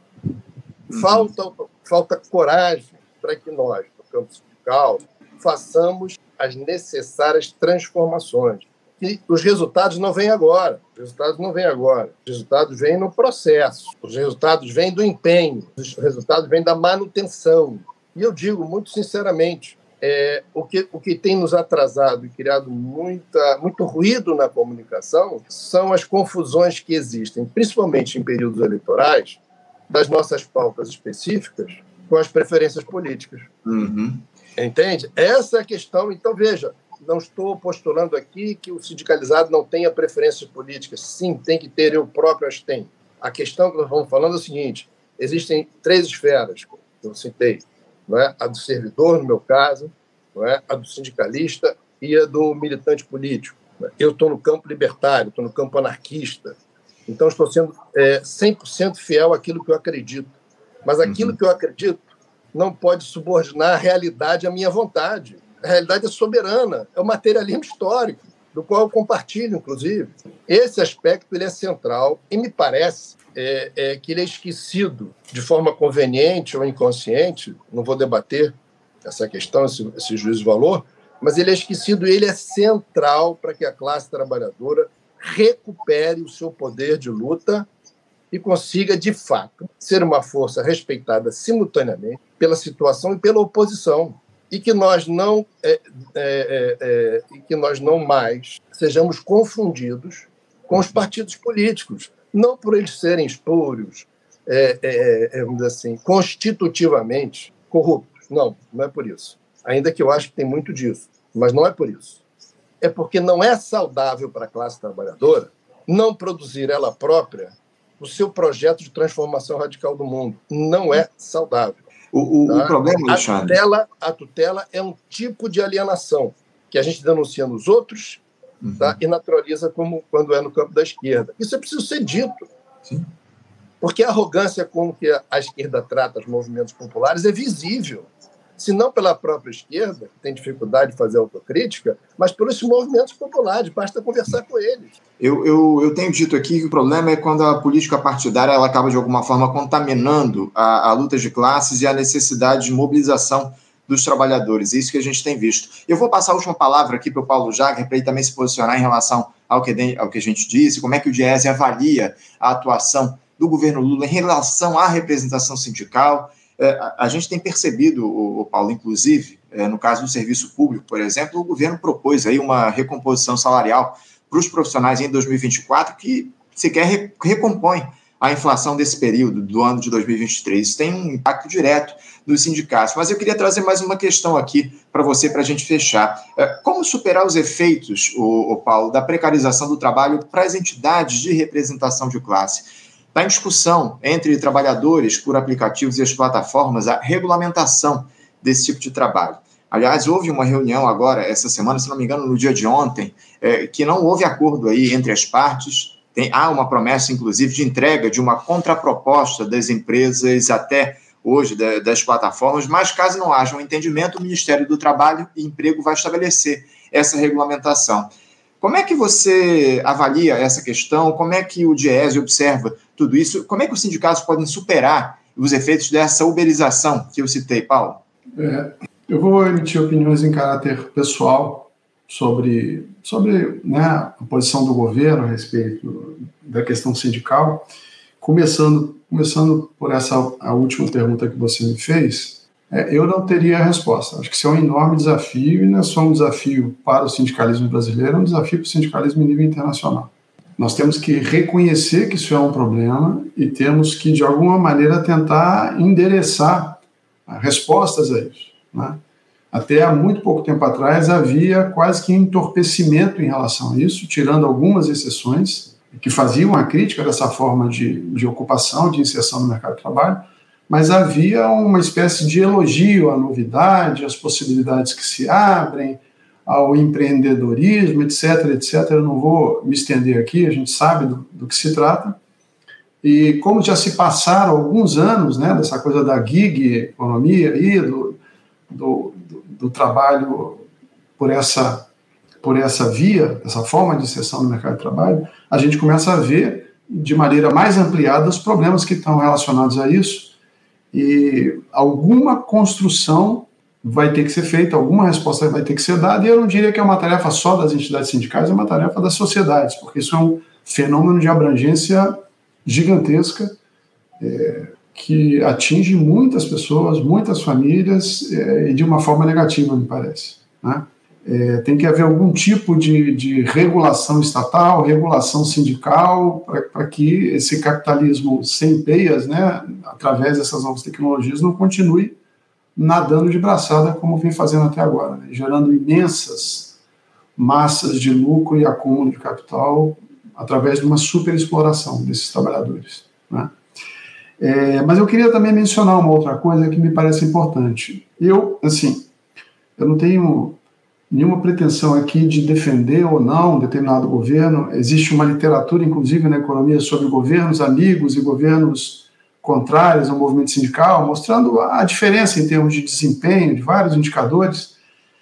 Falta coragem para que nós, no campo sindical, façamos as necessárias transformações. E os resultados não vêm agora. Os resultados vêm no processo. Os resultados vêm do empenho. Os resultados vêm da manutenção. E eu digo muito sinceramente, o que tem nos atrasado e criado muito ruído na comunicação são as confusões que existem, principalmente em períodos eleitorais, das nossas pautas específicas com as preferências políticas. Entende? Essa é a questão. Então, veja, não estou postulando aqui que o sindicalizado não tenha preferências políticas. Sim, tem que ter, eu próprio as tenho. A questão que nós estamos falando é o seguinte: existem 3 esferas, que eu citei, não é? A do servidor, no meu caso, não é? A do sindicalista e a do militante político. Eu estou no campo libertário, estou no campo anarquista, então estou sendo 100% fiel àquilo que eu acredito. Mas aquilo que eu acredito não pode subordinar a realidade à minha vontade. A realidade é soberana, é o materialismo histórico, do qual eu compartilho, inclusive. Esse aspecto ele é central e me parece que ele é esquecido de forma conveniente ou inconsciente, não vou debater essa questão, esse juízo de valor, mas ele é esquecido e ele é central para que a classe trabalhadora recupere o seu poder de luta e consiga, de fato, ser uma força respeitada simultaneamente pela situação e pela oposição. E que nós não mais sejamos confundidos com os partidos políticos, não por eles serem espúrios, vamos dizer assim, constitutivamente corruptos. Não é por isso. Ainda que eu acho que tem muito disso, mas não é por isso. É porque não é saudável para a classe trabalhadora não produzir ela própria o seu projeto de transformação radical do mundo. Não é saudável. O problema, Alexandre... A tutela é um tipo de alienação que a gente denuncia nos outros, tá? E naturaliza como quando é no campo da esquerda. Isso é preciso ser dito. Sim. Porque a arrogância com que a esquerda trata os movimentos populares é visível. Se não pela própria esquerda, que tem dificuldade de fazer autocrítica, mas pelos movimentos populares, basta conversar com eles. Eu tenho dito aqui que o problema é quando a política partidária ela acaba, de alguma forma, contaminando a luta de classes e a necessidade de mobilização dos trabalhadores. É isso que a gente tem visto. Eu vou passar a última palavra aqui para o Paulo Jagger, para ele também se posicionar em relação ao que a gente disse, como é que o Diese avalia a atuação do governo Lula em relação à representação sindical. A gente tem percebido, Paulo, inclusive, no caso do serviço público, por exemplo, o governo propôs aí uma recomposição salarial para os profissionais em 2024 que sequer recompõe a inflação desse período, do ano de 2023. Isso tem um impacto direto nos sindicatos. Mas eu queria trazer mais uma questão aqui para você, para a gente fechar. Como superar os efeitos, Paulo, da precarização do trabalho para as entidades de representação de classe? Está em discussão entre trabalhadores por aplicativos e as plataformas a regulamentação desse tipo de trabalho. Aliás, houve uma reunião agora, essa semana, se não me engano, no dia de ontem, que não houve acordo aí entre as partes. Há uma promessa, inclusive, de entrega de uma contraproposta das empresas até hoje, das plataformas, mas caso não haja um entendimento, o Ministério do Trabalho e Emprego vai estabelecer essa regulamentação. Como é que você avalia essa questão? Como é que o Diese observa tudo isso? Como é que os sindicatos podem superar os efeitos dessa uberização que eu citei, Paulo? Eu vou emitir opiniões em caráter pessoal sobre a posição do governo a respeito da questão sindical, começando por a última pergunta que você me fez. Eu não teria a resposta. Acho que isso é um enorme desafio, e não é só um desafio para o sindicalismo brasileiro, é um desafio para o sindicalismo em nível internacional. Nós temos que reconhecer que isso é um problema e temos que, de alguma maneira, tentar endereçar respostas a isso, né? Até há muito pouco tempo atrás havia quase que entorpecimento em relação a isso, tirando algumas exceções que faziam a crítica dessa forma de ocupação, de inserção no mercado de trabalho, mas havia uma espécie de elogio à novidade, às possibilidades que se abrem, ao empreendedorismo, etc., etc. Eu não vou me estender aqui, a gente sabe do que se trata, E como já se passaram alguns anos, né, dessa coisa da gig economia e do trabalho por essa via, essa forma de inserção no mercado de trabalho, a gente começa a ver de maneira mais ampliada os problemas que estão relacionados a isso, e alguma construção vai ter que ser feita, alguma resposta vai ter que ser dada, e eu não diria que é uma tarefa só das entidades sindicais, é uma tarefa das sociedades, porque isso é um fenômeno de abrangência gigantesca, que atinge muitas pessoas, muitas famílias, e de uma forma negativa, me parece, né? Tem que haver algum tipo de regulação estatal, regulação sindical, para que esse capitalismo sem peias, né, através dessas novas tecnologias, não continue nadando de braçada como vem fazendo até agora, né, gerando imensas massas de lucro e acúmulo de capital através de uma superexploração desses trabalhadores, né? Mas eu queria também mencionar uma outra coisa que me parece importante. Eu não tenho nenhuma pretensão aqui de defender ou não um determinado governo. Existe uma literatura, inclusive, na economia sobre governos amigos e governos contrários ao movimento sindical, mostrando a diferença em termos de desempenho de vários indicadores.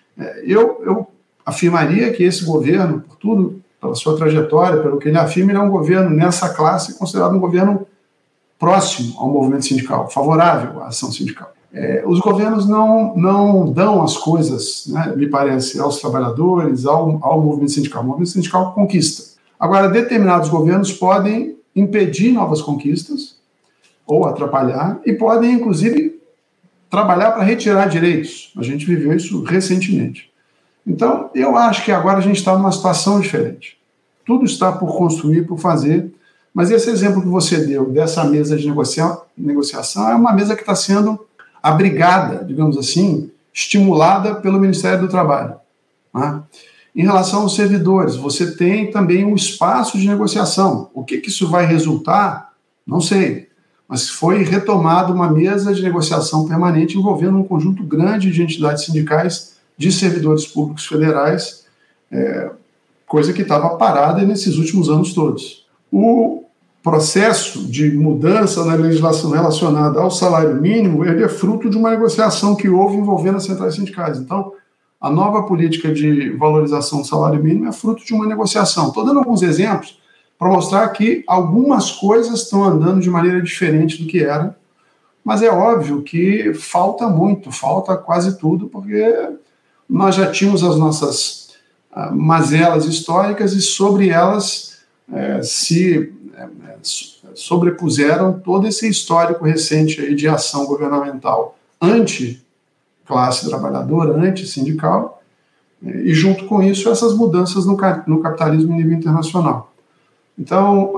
Eu afirmaria que esse governo, por tudo, pela sua trajetória, pelo que ele afirma, ele é um governo, nessa classe, considerado um governo próximo ao movimento sindical, favorável à ação sindical. Os governos não dão as coisas, né, me parece, aos trabalhadores, ao movimento sindical. O movimento sindical conquista. Agora, determinados governos podem impedir novas conquistas ou atrapalhar, e podem, inclusive, trabalhar para retirar direitos. A gente viveu isso recentemente. Então, eu acho que agora a gente está numa situação diferente. Tudo está por construir, por fazer, mas esse exemplo que você deu dessa mesa de negociação é uma mesa que está sendo abrigada, digamos assim, estimulada pelo Ministério do Trabalho, né? Em relação aos servidores, você tem também um espaço de negociação. O que isso vai resultar, não sei, mas foi retomada uma mesa de negociação permanente envolvendo um conjunto grande de entidades sindicais de servidores públicos federais, coisa que estava parada nesses últimos anos todos. O processo de mudança na legislação relacionada ao salário mínimo, ele é fruto de uma negociação que houve envolvendo as centrais sindicais. Então, a nova política de valorização do salário mínimo é fruto de uma negociação. Estou dando alguns exemplos para mostrar que algumas coisas estão andando de maneira diferente do que era, mas é óbvio que falta muito, falta quase tudo, porque nós já tínhamos as nossas mazelas históricas e sobre elas se sobrepuseram todo esse histórico recente aí de ação governamental anti-classe trabalhadora, anti-sindical, e junto com isso essas mudanças no capitalismo em nível internacional. Então,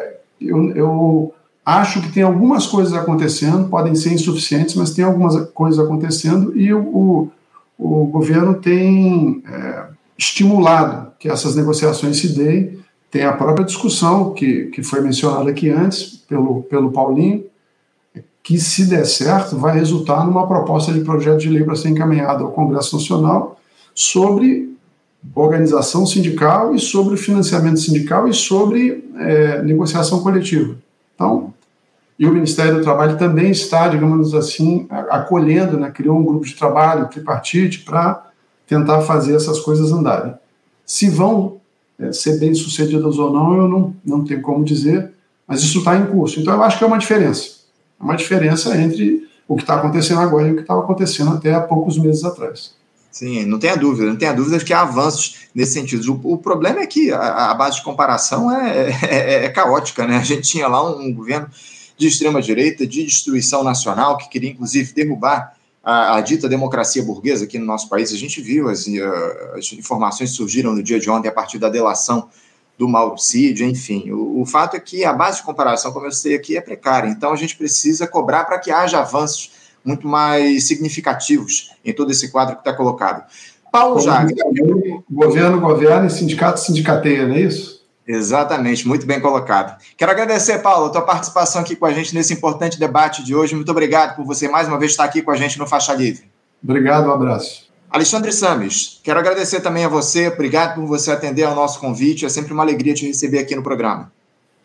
eu acho que tem algumas coisas acontecendo, podem ser insuficientes, mas tem algumas coisas acontecendo, e o governo tem estimulado que essas negociações se deem. Tem a própria discussão que foi mencionada aqui antes pelo Paulinho, que, se der certo, vai resultar numa proposta de projeto de lei para ser encaminhada ao Congresso Nacional sobre organização sindical e sobre financiamento sindical e sobre negociação coletiva. Então, e o Ministério do Trabalho também está, digamos assim, acolhendo, né, criou um grupo de trabalho tripartite para tentar fazer essas coisas andarem. Se vão ser bem-sucedidas ou não, eu não tenho como dizer, mas isso está em curso. Então, eu acho que é uma diferença. É uma diferença entre o que está acontecendo agora e o que estava acontecendo até há poucos meses atrás. Sim, não tenha dúvida de que há avanços nesse sentido. O problema é que a base de comparação é caótica, né? A gente tinha lá um governo de extrema-direita, de destruição nacional, que queria, inclusive, derrubar a dita democracia burguesa aqui no nosso país. A gente viu, as informações surgiram no dia de ontem a partir da delação do Mauro Cid, enfim. O fato é que a base de comparação, como eu sei aqui, é precária. Então, a gente precisa cobrar para que haja avanços muito mais significativos em todo esse quadro que está colocado. Paulo Jacques. Governo governa e sindicato sindicateia, não é isso? Exatamente, muito bem colocado. Quero agradecer, Paulo, a tua participação aqui com a gente nesse importante debate de hoje. Muito obrigado por você mais uma vez estar aqui com a gente no Faixa Livre. Obrigado, um abraço. Alexandre Sames, quero agradecer também a você. Obrigado por você atender ao nosso convite. É sempre uma alegria te receber aqui no programa.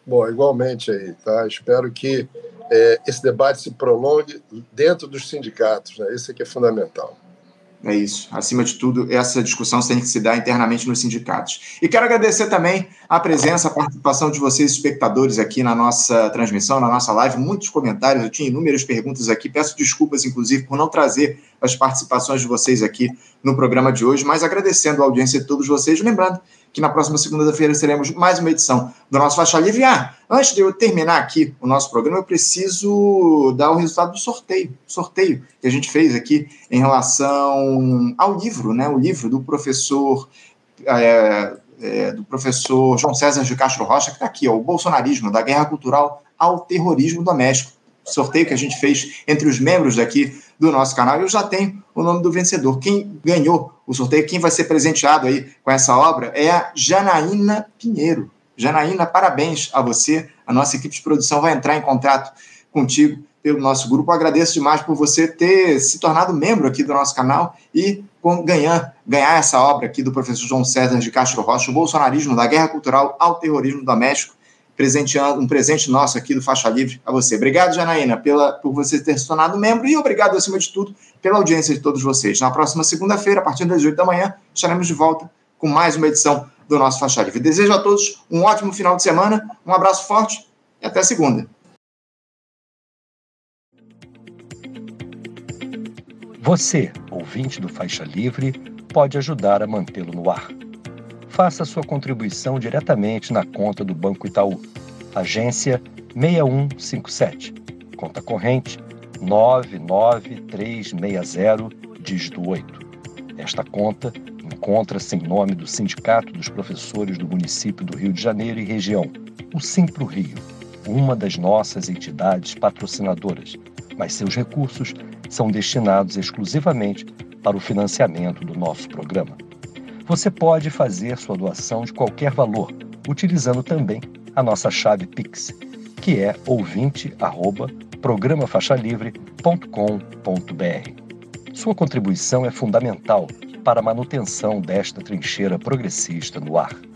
Bom, igualmente aí, tá? Espero que esse debate se prolongue dentro dos sindicatos, né? Isso aqui é fundamental. É isso. Acima de tudo, essa discussão tem que se dar internamente nos sindicatos. E quero agradecer também a presença, a participação de vocês, espectadores, aqui na nossa transmissão, na nossa live. Muitos comentários, eu tinha inúmeras perguntas aqui. Peço desculpas, inclusive, por não trazer as participações de vocês aqui no programa de hoje, mas agradecendo a audiência de todos vocês. Lembrando que na próxima segunda-feira teremos mais uma edição do nosso Faixa Livre. Antes de eu terminar aqui o nosso programa, eu preciso dar o resultado do sorteio que a gente fez aqui em relação ao livro, né? O livro do professor João César de Castro Rocha, que está aqui, ó, O Bolsonarismo, da Guerra Cultural ao Terrorismo Doméstico. Sorteio que a gente fez entre os membros daqui do nosso canal. Eu já tenho o nome do vencedor. Quem ganhou o sorteio, quem vai ser presenteado aí com essa obra é a Janaína Pinheiro. Janaína, parabéns a você. A nossa equipe de produção vai entrar em contato contigo pelo nosso grupo. Eu agradeço demais por você ter se tornado membro aqui do nosso canal e ganhar essa obra aqui do professor João César de Castro Rocha, O Bolsonarismo, da Guerra Cultural ao Terrorismo Doméstico, um presente nosso aqui do Faixa Livre a você. Obrigado, Janaína, por você ter se tornado membro e obrigado, acima de tudo, pela audiência de todos vocês. Na próxima segunda-feira, a partir das 8 da manhã, estaremos de volta com mais uma edição do nosso Faixa Livre. Desejo a todos um ótimo final de semana, um abraço forte e até segunda. Você, ouvinte do Faixa Livre, pode ajudar a mantê-lo no ar. Faça sua contribuição diretamente na conta do Banco Itaú, agência 6157, conta corrente 99360, dígito 8. Esta conta encontra-se em nome do Sindicato dos Professores do Município do Rio de Janeiro e região, o Simpro Rio, uma das nossas entidades patrocinadoras, mas seus recursos são destinados exclusivamente para o financiamento do nosso programa. Você pode fazer sua doação de qualquer valor, utilizando também a nossa chave Pix, que é ouvinte@programafaixalivre.com.br. Sua contribuição é fundamental para a manutenção desta trincheira progressista no ar.